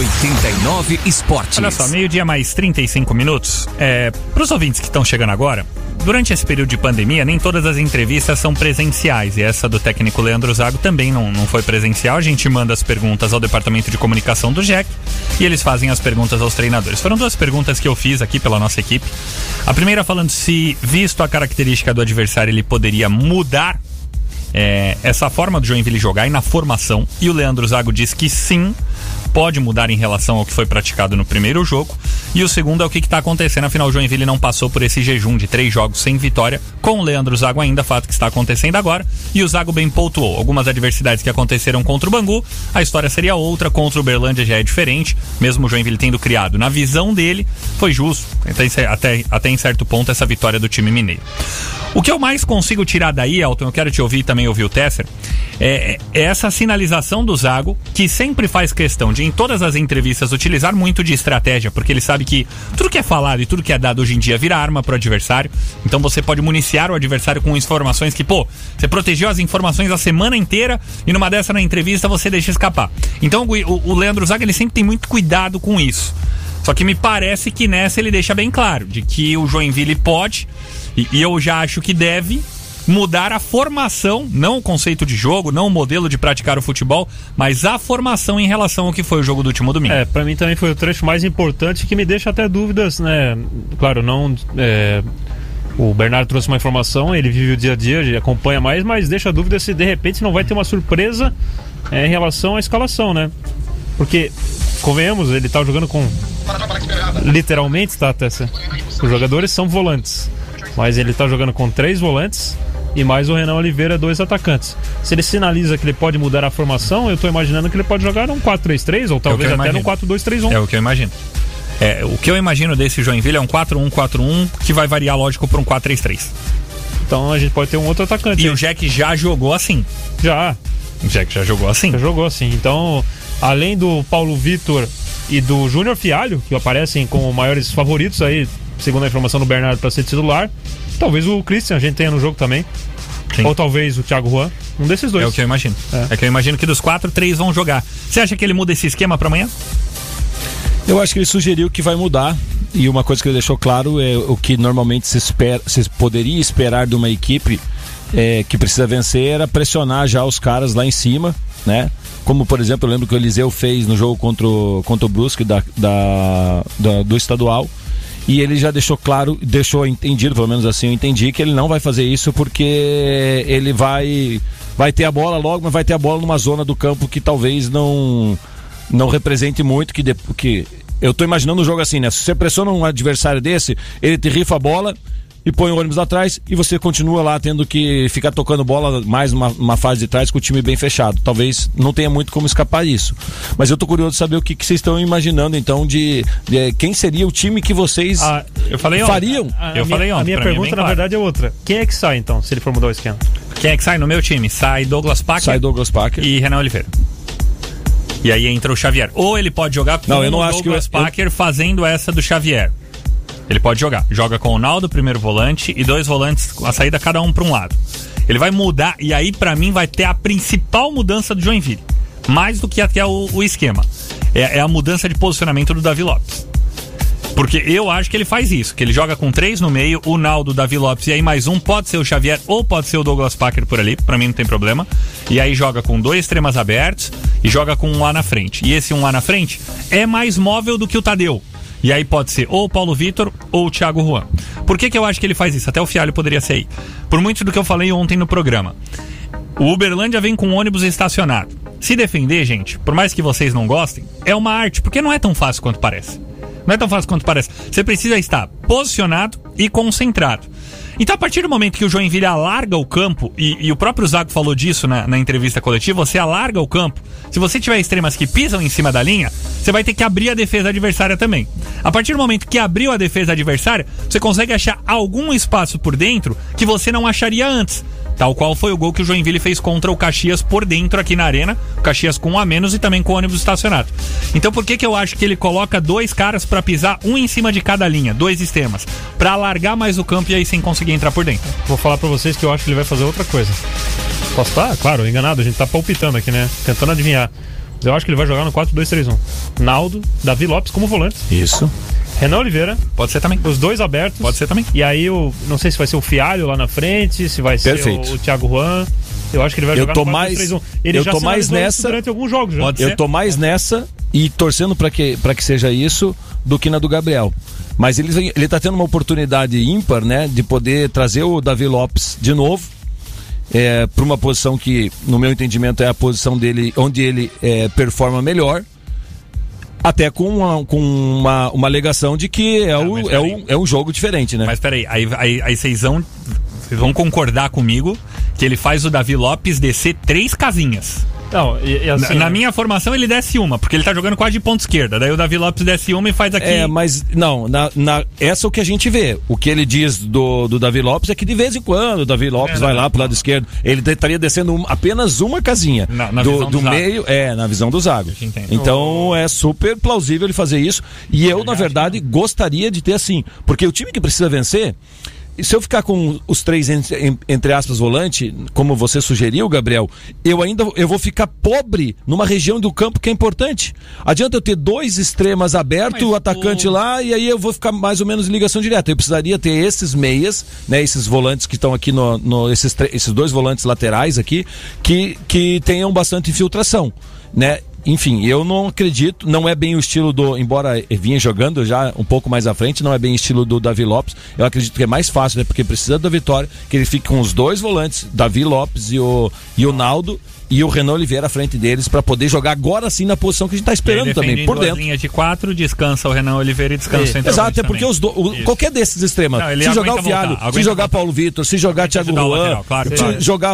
89 Esportes. Olha só, 12:00 mais 35 minutos. Para os ouvintes que estão chegando agora, durante esse período de pandemia, nem todas as entrevistas são presenciais, e essa do técnico Leandro Zago também não foi presencial. A gente manda as perguntas ao departamento de comunicação do JEC e eles fazem as perguntas aos treinadores. Foram 2 perguntas que eu fiz aqui pela nossa equipe. A primeira falando se, visto a característica do adversário, ele poderia mudar essa forma do Joinville jogar e na formação, e o Leandro Zago diz que sim, pode mudar em relação ao que foi praticado no primeiro jogo. E o segundo é o que está acontecendo, afinal o Joinville não passou por esse jejum de 3 jogos sem vitória com o Leandro Zago ainda, fato que está acontecendo agora, e o Zago bem pontuou algumas adversidades que aconteceram contra o Bangu, a história seria outra, contra o Uberlândia já é diferente, mesmo o Joinville tendo criado, na visão dele, foi justo, até em certo ponto, essa vitória do time mineiro. O que eu mais consigo tirar daí, Elton, eu quero te ouvir e também ouvir o Tesser, é essa sinalização do Zago, que sempre faz questão de, em todas as entrevistas, utilizar muito de estratégia, porque ele sabe que tudo que é falado e tudo que é dado hoje em dia vira arma pro adversário. Então você pode municiar o adversário com informações que, você protegeu as informações a semana inteira e numa dessa na entrevista você deixa escapar. Então o Leandro Zago, ele sempre tem muito cuidado com isso. Só que me parece que nessa ele deixa bem claro de que o Joinville pode, e eu já acho que deve, mudar a formação, não o conceito de jogo, não o modelo de praticar o futebol, mas a formação em relação ao que foi o jogo do último domingo. Pra mim também foi o trecho mais importante, que me deixa até dúvidas, né? Claro, não... O Bernardo trouxe uma informação, ele vive o dia a dia, ele acompanha mais, mas deixa dúvida se de repente não vai ter uma surpresa em relação à escalação, né? Porque, convenhamos, ele tá jogando com... Literalmente, tá, Tessa? Os jogadores são volantes, mas ele tá jogando com 3 volantes e mais o Renan Oliveira, 2 atacantes. Se ele sinaliza que ele pode mudar a formação, eu tô imaginando que ele pode jogar num 4-3-3 ou talvez até num 4-2-3-1. É o que eu imagino. O que eu imagino desse Joinville é um 4-1-4-1 que vai variar, lógico, para um 4-3-3. Então a gente pode ter um outro atacante. E o Jack já jogou assim. O Jack já jogou assim. Já jogou assim. Então, além do Paulo Vitor e do Júnior Fialho, que aparecem como maiores favoritos aí, segundo a informação do Bernardo, para ser titular, talvez o Christian a gente tenha no jogo também. Sim. Ou talvez o Thiago Juan. Um desses dois. É o que eu imagino. É que eu imagino que dos 4, 3 vão jogar. Você acha que ele muda esse esquema para amanhã? Eu acho que ele sugeriu que vai mudar, e uma coisa que ele deixou claro é o que normalmente se poderia esperar de uma equipe que precisa vencer, era pressionar já os caras lá em cima, né? Como, por exemplo, eu lembro que o Eliseu fez no jogo contra o Brusque do estadual, e ele já deixou claro, deixou entendido, pelo menos assim eu entendi, que ele não vai fazer isso porque ele vai ter a bola logo, mas vai ter a bola numa zona do campo que talvez não represente muito, que eu tô imaginando um jogo assim, né? Se você pressiona um adversário desse, ele te rifa a bola e põe o ônibus lá atrás e você continua lá tendo que ficar tocando bola mais uma fase de trás com o time bem fechado. Talvez não tenha muito como escapar disso. Mas eu tô curioso de saber o que vocês estão imaginando, então, de quem seria o time que vocês fariam. A minha pergunta, na verdade, é outra. Quem é que sai, então, se ele for mudar o esquema? Quem é que sai no meu time? Sai Douglas Packer e Renan Oliveira. E aí entra o Xavier. Ou ele pode jogar com o Douglas Packer fazendo essa do Xavier. Ele pode jogar. Joga com o Naldo, primeiro volante, e 2 volantes, a saída cada um para um lado. Ele vai mudar, e aí pra mim vai ter a principal mudança do Joinville. Mais do que até o esquema. É a mudança de posicionamento do Davi Lopes. Porque eu acho que ele faz isso, que ele joga com 3 no meio, o Naldo, o Davi Lopes e aí mais um, pode ser o Xavier ou pode ser o Douglas Packer por ali, pra mim não tem problema. E aí joga com 2 extremas abertos e joga com um lá na frente. E esse um lá na frente é mais móvel do que o Tadeu. E aí pode ser ou o Paulo Vitor ou o Thiago Juan. Por que eu acho que ele faz isso? Até o Fialho poderia ser aí. Por muito do que eu falei ontem no programa. O Uberlândia vem com ônibus estacionado. Se defender, gente, por mais que vocês não gostem, é uma arte, porque não é tão fácil quanto parece. Não é tão fácil quanto parece. Você precisa estar posicionado e concentrado. Então, a partir do momento que o Joinville alarga o campo, e o próprio Zago falou disso na entrevista coletiva, você alarga o campo. Se você tiver extremas que pisam em cima da linha, você vai ter que abrir a defesa adversária também. A partir do momento que abriu a defesa adversária, você consegue achar algum espaço por dentro que você não acharia antes. Tal qual foi o gol que o Joinville fez contra o Caxias por dentro aqui na arena. O Caxias com 1 a menos e também com o ônibus estacionado. Então por que eu acho que ele coloca 2 caras pra pisar, um em cima de cada linha, 2 extremas, pra alargar mais o campo e aí sem conseguir entrar por dentro? Vou falar pra vocês que eu acho que ele vai fazer outra coisa. Posso estar? Claro, enganado, a gente tá palpitando aqui, né? Tentando adivinhar. Mas eu acho que ele vai jogar no 4-2-3-1. Naldo, Davi Lopes como volante. Isso. Renan Oliveira. Pode ser também. Os 2 abertos. Pode ser também. E aí, não sei se vai ser o Fialho lá na frente, se vai ser o Thiago Juan. Eu acho que ele vai jogar no 4-2-3-1. Eu tô mais nessa durante alguns jogos já. Eu tô mais nessa e torcendo pra que seja isso do que na do Gabriel. Mas ele tá tendo uma oportunidade ímpar, né, de poder trazer o Davi Lopes de novo. Para uma posição que, no meu entendimento, é a posição dele onde ele performa melhor, até com uma alegação de que é um jogo diferente, né? Mas peraí, aí vocês vão concordar comigo que ele faz o Davi Lopes descer 3 casinhas. Não, e assim, na minha formação ele desce uma, porque ele tá jogando quase de ponta esquerda. Daí o Davi Lopes desce uma e faz aqui. Mas não, essa é o que a gente vê. O que ele diz do Davi Lopes é que de vez em quando o Davi Lopes vai lá pro lado esquerdo. Ele estaria descendo apenas uma casinha do meio, na visão do zago. Então é super plausível ele fazer isso. E eu, na verdade, gostaria de ter assim. Porque o time que precisa vencer. Se eu ficar com os 3, entre aspas, volante, como você sugeriu, Gabriel, eu vou ficar pobre numa região do campo que é importante. Adianta eu ter 2 extremas abertos, o atacante lá, e aí eu vou ficar mais ou menos em ligação direta. Eu precisaria ter esses meias, né, esses volantes que estão aqui, esses 2 volantes laterais aqui, que tenham bastante infiltração, né? Enfim, eu não acredito, não é bem o estilo embora vinha jogando já um pouco mais à frente, não é bem o estilo do Davi Lopes. Eu acredito que é mais fácil, né? Porque precisa da vitória, que ele fique com os 2 volantes, Davi Lopes e o Naldo, e o Renan Oliveira à frente deles, para poder jogar agora sim na posição que a gente tá esperando também, por dentro. Linha de 4, descansa o Renan Oliveira e descansa o Exato, é porque qualquer desses extremas, se jogar o Fialho, se jogar Paulo Vitor, se jogar Thiago Juan, se jogar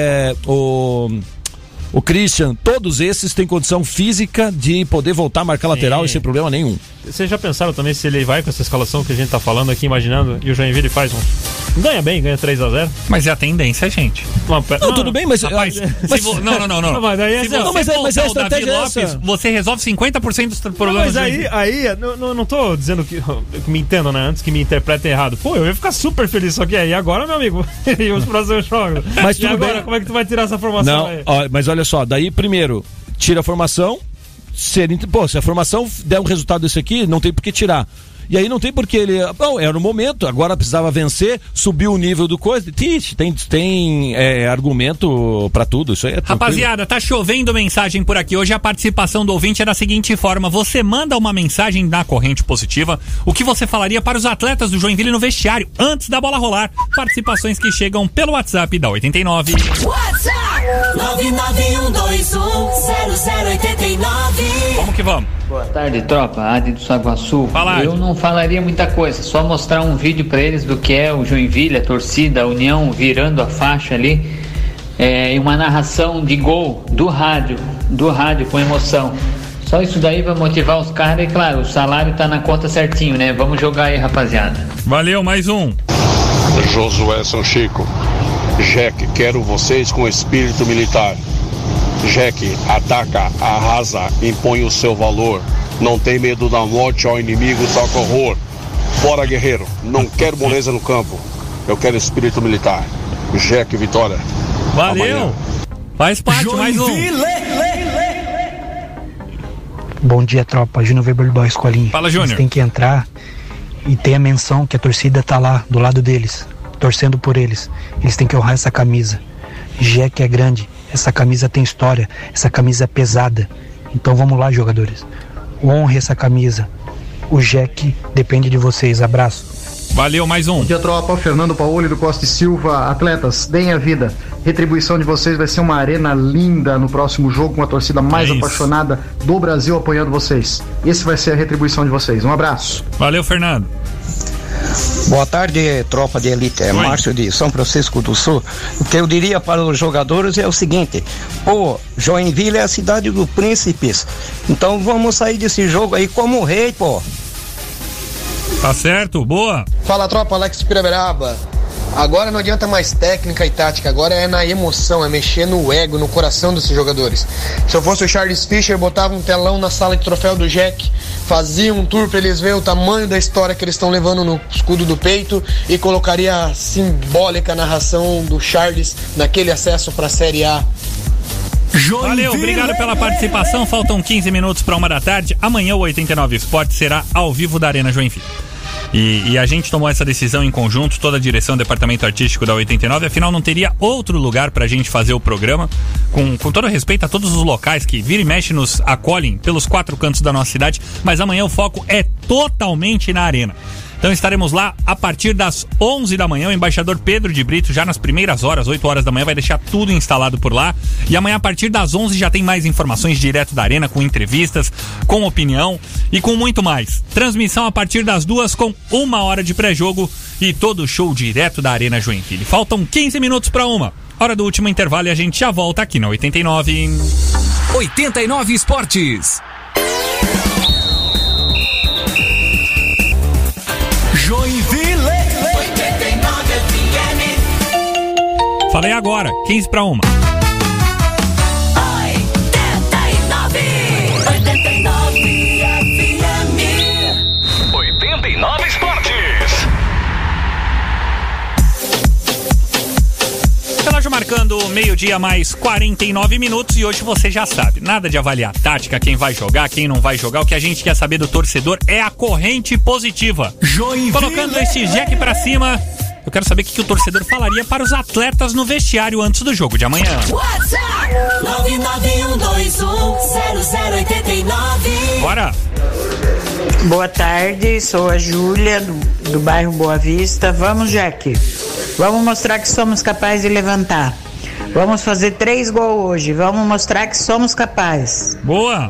o Christian, todos esses têm condição física de poder voltar a marcar lateral e sem problema nenhum. Vocês já pensaram também se ele vai com essa escalação que a gente tá falando aqui, imaginando, e o Joinville faz ganha bem, ganha 3-0. Mas é a tendência, gente. Tudo bem, mas... Rapaz, não. Mas aí mas a estratégia é essa. Você resolve 50% dos problemas. Mas aí não tô dizendo que me entendam, né? Antes que me interpretem errado. Pô, eu ia ficar super feliz, só que aí agora, meu amigo, e os próximos jogos? Mas tudo agora, bem. como é que tu vai tirar essa formação aí? Mas olha só, daí primeiro, tira a formação, se a formação der um resultado desse aqui, não tem por que tirar. E aí não tem porque ele... Bom, era o momento, agora precisava vencer, subiu o nível do coisa. Tem argumento pra tudo, isso aí é tranquilo. Rapaziada, tá chovendo mensagem por aqui. Hoje a participação do ouvinte é da seguinte forma: você manda uma mensagem na corrente positiva, o que você falaria para os atletas do Joinville no vestiário, antes da bola rolar. Participações que chegam pelo WhatsApp da 89. WhatsApp 991210089. Vamos que vamos. Boa tarde, tropa. Adi do Saguaçu. Fala, eu não falaria muita coisa, só mostrar um vídeo pra eles do que é o Joinville, a torcida, a União virando a faixa ali, e uma narração de gol do rádio com emoção. Só isso daí vai motivar os caras e, claro, o salário tá na conta certinho, né? Vamos jogar aí, rapaziada. Valeu, mais um. Josué São Chico. Jack, quero vocês com espírito militar. Jack, ataca, arrasa, impõe o seu valor. Não tem medo da morte ao inimigo, toca horror. Bora, guerreiro, não quero moleza no campo. Eu quero espírito militar. Jack, vitória. Valeu. Amanhã. Faz parte, mais um. Bom dia, tropa. Júnior Weber Boy Escolinha. Fala, Júnior. Eles têm que entrar e ter a menção que a torcida tá lá, do lado deles, torcendo por eles. Eles têm que honrar essa camisa. Jack é grande. Essa camisa tem história, essa camisa é pesada. Então vamos lá, jogadores. Honre essa camisa. O Jack depende de vocês. Abraço. Valeu, mais um. Bom dia, tropa. Fernando Paoli do Costa e Silva. Atletas, deem a vida. Retribuição de vocês vai ser uma arena linda no próximo jogo, com a torcida mais apaixonada do Brasil apoiando vocês. Esse vai ser a retribuição de vocês. Um abraço. Valeu, Fernando. Boa tarde, tropa de elite. É Márcio de São Francisco do Sul. O que eu diria para os jogadores é o seguinte: Joinville é a cidade dos príncipes. Então vamos sair desse jogo aí como rei, pô. Tá certo, boa. Fala, tropa, Alex de Piraberaba. Agora não adianta mais técnica e tática, agora é na emoção, é mexer no ego, no coração desses jogadores. Se eu fosse o Charles Fischer, botava um telão na sala de troféu do Jack, fazia um tour pra eles verem o tamanho da história que eles estão levando no escudo do peito e colocaria a simbólica narração do Charles naquele acesso pra Série A. Valeu, obrigado pela participação. Faltam 15 minutos para 1 da tarde. Amanhã o 89 Esporte será ao vivo da Arena Joinville. E a gente tomou essa decisão em conjunto, toda a direção do departamento artístico da 89, afinal não teria outro lugar pra gente fazer o programa, com todo respeito a todos os locais que vira e mexe nos acolhem pelos 4 cantos da nossa cidade, mas amanhã o foco é totalmente na Arena. Então estaremos lá a partir das 11 da manhã. O embaixador Pedro de Brito, já nas primeiras horas, 8 horas da manhã, vai deixar tudo instalado por lá. E amanhã, a partir das 11, já tem mais informações direto da Arena, com entrevistas, com opinião e com muito mais. Transmissão a partir das 2, com 1 hora de pré-jogo e todo o show direto da Arena Joinville. Faltam 15 minutos para 1. Hora do último intervalo e a gente já volta aqui na 89. 89 Esportes. Joinville 89 FM. Falei agora, 15 para 1. 89 Esportes. Relógio marcando meio-dia mais 49 minutos e hoje você já sabe, nada de avaliar tática, quem vai jogar, quem não vai jogar. O que a gente quer saber do torcedor é a corrente positiva. Joinville. Colocando esse Jack pra cima, eu quero saber o que o torcedor falaria para os atletas no vestiário antes do jogo de amanhã. WhatsApp 991210089. Bora! Boa tarde, sou a Júlia do bairro Boa Vista. Vamos, Jack. Vamos mostrar que somos capazes de levantar. Vamos fazer 3 gols hoje. Vamos mostrar que somos capazes. Boa!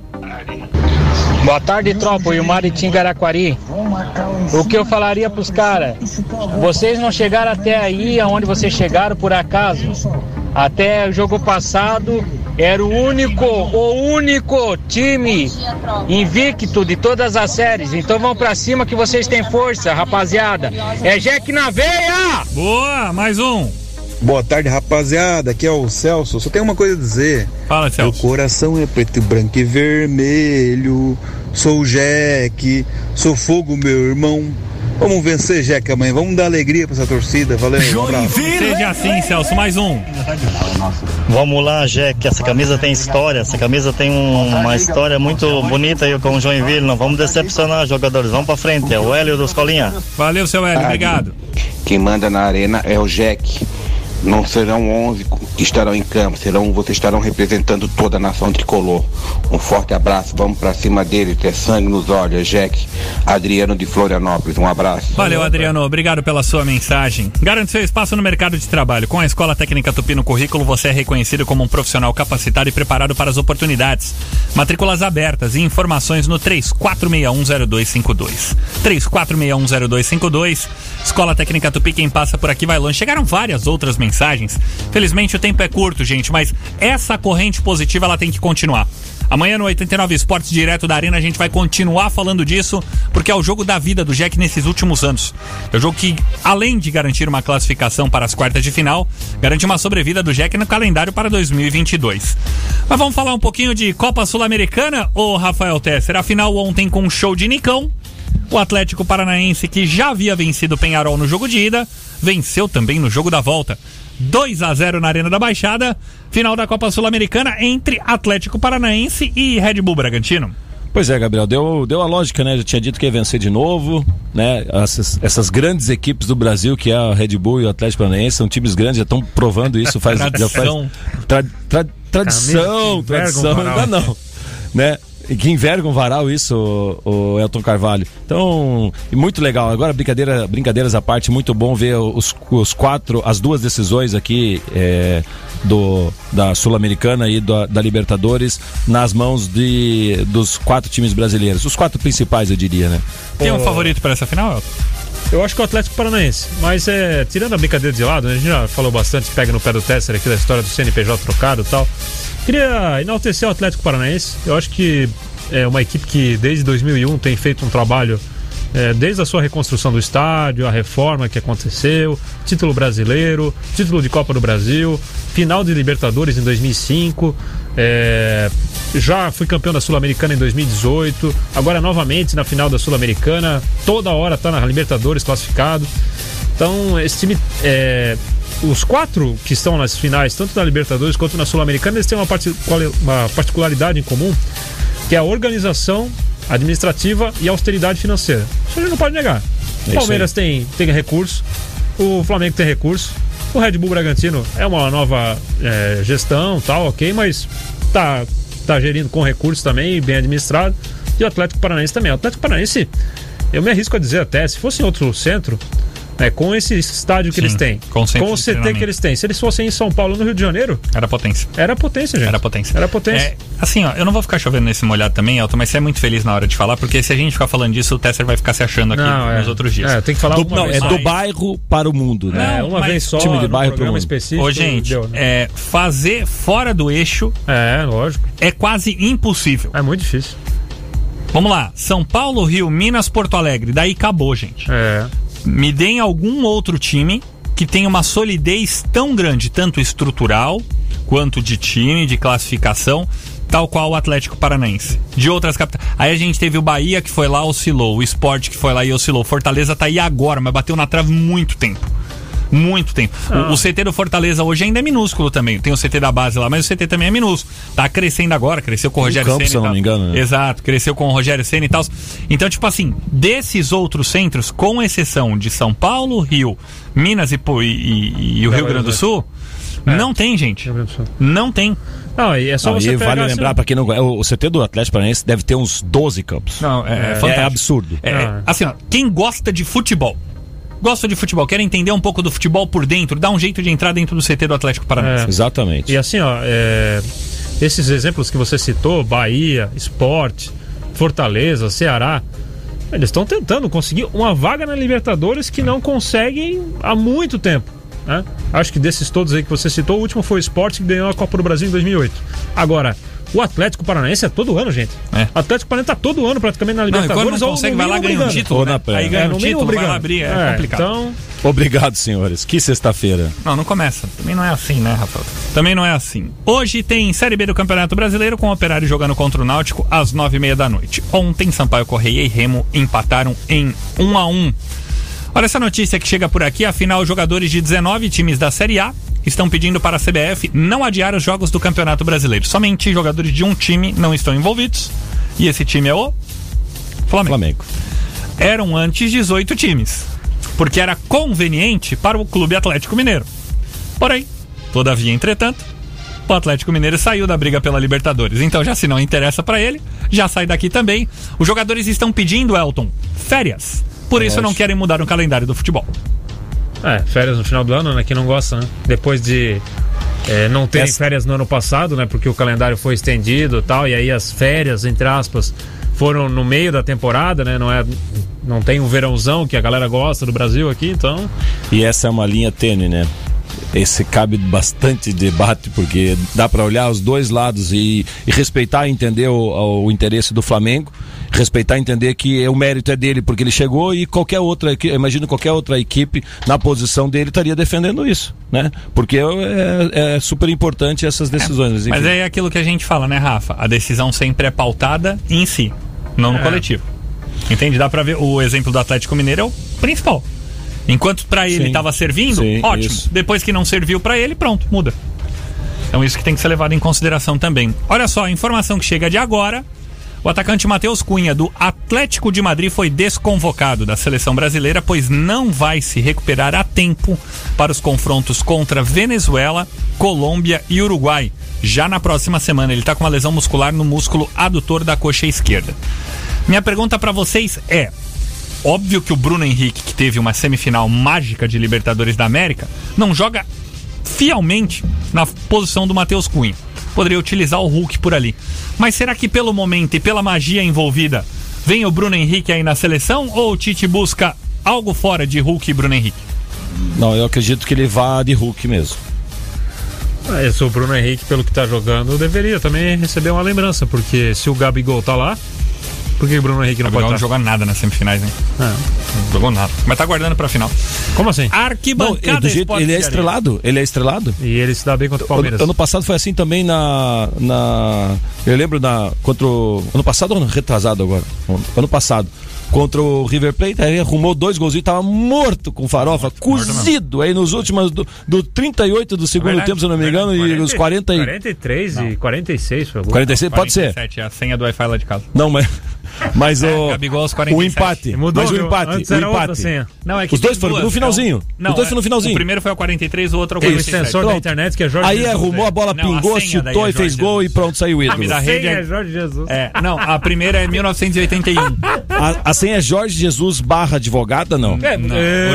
Boa tarde, tropa. E o Maritim Garaquari. O que eu falaria pros caras? Vocês não chegaram até aí aonde vocês chegaram por acaso. Até o jogo passado era o único time invicto de todas as séries. Então vão pra cima que vocês têm força, rapaziada. É Jack na veia! Boa, mais um. Boa tarde, rapaziada. Aqui é o Celso. Só tenho uma coisa a dizer. Fala, Celso. Meu coração é preto, branco e vermelho. Sou o Jack. Sou fogo, meu irmão. Vamos vencer, Jack, amanhã. Vamos dar alegria pra essa torcida. Valeu, um abraço. Seja assim, Celso. Mais um. Vamos lá, Jack. Essa camisa tem história. Essa camisa tem uma história muito bonita aí com o Joinville. Não vamos decepcionar, jogadores. Vamos pra frente. É o Hélio dos Colinha. Valeu, seu Hélio. Obrigado. Quem manda na arena é o Jack. Não serão 11 que estarão em campo, vocês estarão representando toda a nação tricolor. Um forte abraço, vamos pra cima dele, ter sangue nos olhos. Jack, Adriano de Florianópolis, um abraço. Valeu, Adriano, obrigado pela sua mensagem. Garante seu espaço no mercado de trabalho. Com a Escola Técnica Tupi no currículo, você é reconhecido como um profissional capacitado e preparado para as oportunidades. Matrículas abertas e informações no 34610252. 34610252. Escola Técnica Tupi, quem passa por aqui vai longe. Chegaram várias outras mensagens. Felizmente o tempo é curto, gente, mas essa corrente positiva ela tem que continuar. Amanhã no 89 Esportes, direto da Arena, a gente vai continuar falando disso, porque é o jogo da vida do Jack nesses últimos anos. É o jogo que, além de garantir uma classificação para as quartas de final, garante uma sobrevida do Jack no calendário para 2022. Mas vamos falar um pouquinho de Copa Sul-Americana, ô Rafael Tesser? Afinal, ontem com um show de Nicão, o Atlético Paranaense, que já havia vencido o Peñarol no jogo de ida, venceu também no jogo da volta. 2-0 na Arena da Baixada, final da Copa Sul-Americana entre Atlético Paranaense e Red Bull Bragantino. Pois é, Gabriel, deu a lógica, né? Já tinha dito que ia vencer de novo, né? Essas grandes equipes do Brasil, que é a Red Bull e o Atlético Paranaense, são times grandes, já estão provando isso Tradição. Tradição, ainda não, né? Que enverga um varal isso, o Elton Carvalho. Então, muito legal. Agora, brincadeiras à parte, muito bom ver as duas decisões aqui da Sul-Americana e da Libertadores nas mãos dos 4 times brasileiros. Os 4 principais, eu diria, né? Tem um favorito para essa final, Elton? Eu acho que o Atlético Paranaense, mas tirando a brincadeira de lado, né, a gente já falou bastante, pega no pé do Tesser aqui da história do CNPJ trocado e tal. Queria enaltecer o Atlético Paranaense. Eu acho que é uma equipe que desde 2001 tem feito um trabalho, desde a sua reconstrução do estádio, a reforma que aconteceu, título brasileiro, título de Copa do Brasil, final de Libertadores em 2005, já fui campeão da Sul-Americana em 2018, agora novamente na final da Sul-Americana, toda hora tá na Libertadores classificado. Então esse time, os 4 que estão nas finais, tanto na Libertadores quanto na Sul-Americana, eles têm uma particularidade em comum, que é a organização administrativa e a austeridade financeira. Isso a gente não pode negar. O Palmeiras tem recurso, o Flamengo tem recurso, o Red Bull Bragantino é uma nova gestão, tal, ok, mas tá gerindo com recursos também, bem administrado, e o Atlético Paranaense também. O Atlético Paranaense, eu me arrisco a dizer até, se fosse em outro centro, Com esse estádio que eles têm, com o CT que eles têm. Se eles fossem em São Paulo, no Rio de Janeiro... Era potência. Era potência, gente. Era potência. Era potência. Assim, ó, eu não vou ficar chovendo nesse molhado também, Elton, mas você é muito feliz na hora de falar, porque se a gente ficar falando disso, o Tesser vai ficar se achando aqui nos outros dias. Tem que falar uma vez. Do bairro para o mundo, né? Uma vez só, time de bairro para o mundo. Específico. Ô, gente, fazer fora do eixo... lógico. É quase impossível. É muito difícil. Vamos lá. São Paulo, Rio, Minas, Porto Alegre. Daí acabou, gente. Me deem algum outro time que tenha uma solidez tão grande, tanto estrutural quanto de time, de classificação, tal qual o Atlético Paranaense. De outras capitais. Aí a gente teve o Bahia que foi lá, oscilou. O Sport que foi lá e oscilou. Fortaleza tá aí agora, mas bateu na trave muito tempo. Muito tempo. O CT do Fortaleza hoje ainda é minúsculo também. Tem o CT da base lá, mas o CT também é minúsculo. Tá crescendo agora, cresceu com o Rogério Ceni. Se eu não me engano, né? Exato, cresceu com o Rogério Ceni e tal. Então, tipo assim, desses outros centros, com exceção de São Paulo, Rio, Minas e o Rio Grande do Sul, não tem, gente. Não tem. Não, e é só você pegar, vale lembrar, pra quem não conhece, o CT do Atlético Paranaense deve ter uns 12 campos. Não, fantástico. É absurdo. Assim, ó, quem gosta de futebol, quer entender um pouco do futebol por dentro, dá um jeito de entrar dentro do CT do Atlético Paranaense. Exatamente. E assim, ó, esses exemplos que você citou, Bahia, Sport, Fortaleza, Ceará, eles estão tentando conseguir uma vaga na Libertadores que não conseguem há muito tempo, né? Acho que desses todos aí que você citou, o último foi o Sport, que ganhou a Copa do Brasil em 2008. Agora, o Atlético Paranaense é todo ano, gente. O Atlético Paranaense tá todo ano praticamente na Libertadores. Quando não consegue, vai lá ganhar um título, né? Aí ganha um título, vai lá abrir, é complicado. Então... Obrigado, senhores. Que sexta-feira. Não começa. Também não é assim, né, Rafael? Também não é assim. Hoje tem Série B do Campeonato Brasileiro, com o Operário jogando contra o Náutico às 9h30 da noite. Ontem, Sampaio Correia e Remo empataram em 1-1. Olha essa notícia que chega por aqui. Afinal, jogadores de 19 times da Série A estão pedindo para a CBF não adiar os jogos do Campeonato Brasileiro. Somente jogadores de um time não estão envolvidos. E esse time é o Flamengo. Eram antes 18 times, porque era conveniente para o Clube Atlético Mineiro. Porém, todavia, entretanto, o Atlético Mineiro saiu da briga pela Libertadores. Então, já se não interessa para ele, já sai daqui também. Os jogadores estão pedindo, Elton, férias. Por isso não querem mudar o calendário do futebol. Férias no final do ano, né? Quem não gosta, né? Depois de não terem férias no ano passado, né? Porque o calendário foi estendido e tal, e aí as férias, entre aspas, foram no meio da temporada, né? Não tem um verãozão que a galera gosta do Brasil aqui, então... E essa é uma linha tênue, né? Esse cabe bastante debate, porque dá para olhar os dois lados e respeitar e entender o interesse do Flamengo, respeitar e entender que o mérito é dele porque ele chegou, e qualquer outra equipe na posição dele estaria defendendo isso, né? Porque é super importante essas decisões. Mas é aquilo que a gente fala, né, Rafa? A decisão sempre é pautada em si, não no coletivo. Entende? Dá pra ver, o exemplo do Atlético Mineiro é o principal. Enquanto pra ele estava servindo, ótimo. Isso. Depois que não serviu pra ele, pronto, muda. Então isso que tem que ser levado em consideração também. Olha só, a informação que chega de agora: o atacante Matheus Cunha, do Atlético de Madrid, foi desconvocado da seleção brasileira, pois não vai se recuperar a tempo para os confrontos contra Venezuela, Colômbia e Uruguai. Já na próxima semana, ele está com uma lesão muscular no músculo adutor da coxa esquerda. Minha pergunta para vocês é: óbvio que o Bruno Henrique, que teve uma semifinal mágica de Libertadores da América, não joga fielmente na posição do Matheus Cunha. Poderia utilizar o Hulk por ali. Mas será que pelo momento e pela magia envolvida, vem o Bruno Henrique aí na seleção, ou o Tite busca algo fora de Hulk e Bruno Henrique? Não, eu acredito que ele vá de Hulk mesmo. O Bruno Henrique, pelo que tá jogando, deveria também receber uma lembrança, porque se o Gabigol tá lá, por que o Bruno Henrique não pode estar? Não jogou nada nas semifinais, hein? Não jogou nada. Mas tá guardando pra final. Como assim? Arquibancada Esporte. Ele é estrelado. Ele é estrelado. E ele se dá bem contra o Palmeiras. Ano passado foi assim também eu lembro contra o... Ano passado ou retrasado agora? Ano passado. Contra o River Plate, aí ele arrumou 2 golzinhos, tava morto com farofa, cozido. Aí nos últimos do 38 do segundo tempo, se eu não me engano, e os 43 e 46 foi o gol. 46 pode ser. 47, é a senha do Wi-Fi lá de casa. Não, mas Mas o Gabigol aos 47. o empate. Mudou, mas o viu? empate. Antes O era outra empate. senha. Não, é que Os dois tem foram duas. no finalzinho. Não, Os dois foram no finalzinho. O primeiro foi ao 43, o outro ao Tem o 47. extensor da Pronto. internet que é Jorge Aí Jesus. arrumou, a bola Não, pingou, a senha daí chutou é e fez Jorge gol Jesus. e pronto, saiu o ídolo. Da rede é Jorge Jesus. Não, a primeira é 1981. A senha é Jorge Jesus / advogada, não? Não.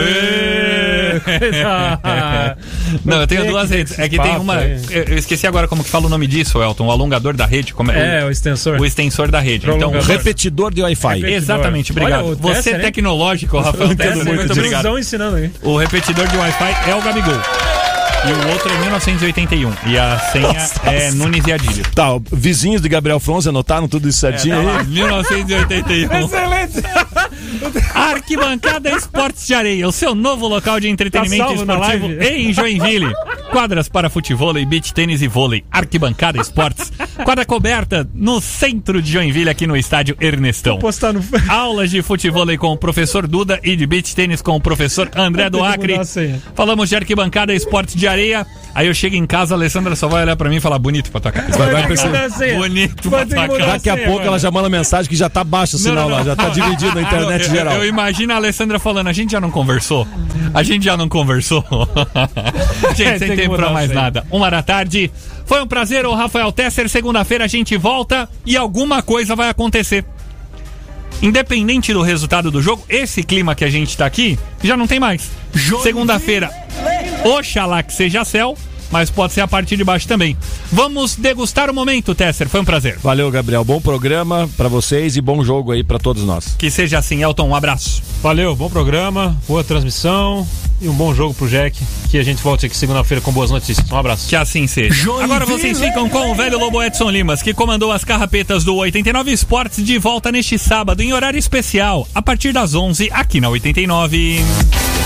Não, eu tenho duas redes. É que tem uma. Eu esqueci agora como que fala o nome disso, Elton. O alongador da rede. Como o extensor. O extensor da rede. Então, repetidor de Wi-Fi. Exatamente, obrigado. Olha, Você é tecnológico, Rafael Tesser, muito obrigado. Ensinando aí. O repetidor de Wi-Fi é o Gabigol. E o outro é 1981. E a senha é Nunes e Adílio. Tá, vizinhos de Gabriel Fronze anotaram tudo isso certinho Tá lá, aí? 1981. Excelente. Arquibancada Esportes de Areia, o seu novo local de entretenimento Tá salvo na esportivo live. em Joinville. Quadras para futevôlei, beach tênis e vôlei. Arquibancada Esportes. Quadra coberta no centro de Joinville, aqui no estádio Ernestão. Vou postar no... Aulas de futevôlei com o professor Duda e de beach tênis com o professor André do Acre. Falamos de Arquibancada Esportes de Areia. Aí eu chego em casa, a Alessandra só vai olhar pra mim e falar bonito pra tua cara. Vai perceber. Bonito pra tua cara. Daqui a pouco ela já manda mensagem que já tá baixo o sinal lá, já tá dividido na internet geral. Eu imagino a Alessandra falando, a gente já não conversou? A gente já não conversou? Gente, sem tempo pra mais nada. 1h. Foi um prazer, o Rafael Tesser. Segunda-feira a gente volta e alguma coisa vai acontecer. Independente do resultado do jogo, esse clima que a gente tá aqui já não tem mais. Segunda-feira, oxalá que seja céu, mas pode ser a partir de baixo também. Vamos degustar o momento, Tesser. Foi um prazer. Valeu, Gabriel. Bom programa pra vocês e bom jogo aí pra todos nós. Que seja assim, Elton. Um abraço. Valeu, bom programa, boa transmissão e um bom jogo pro Jack. Que a gente volte aqui segunda-feira com boas notícias. Um abraço. Que assim seja. Agora vocês ficam com o velho Lobo Edson Limas, que comandou as carrapetas do 89 Esportes, de volta neste sábado em horário especial, a partir das 11, aqui na 89.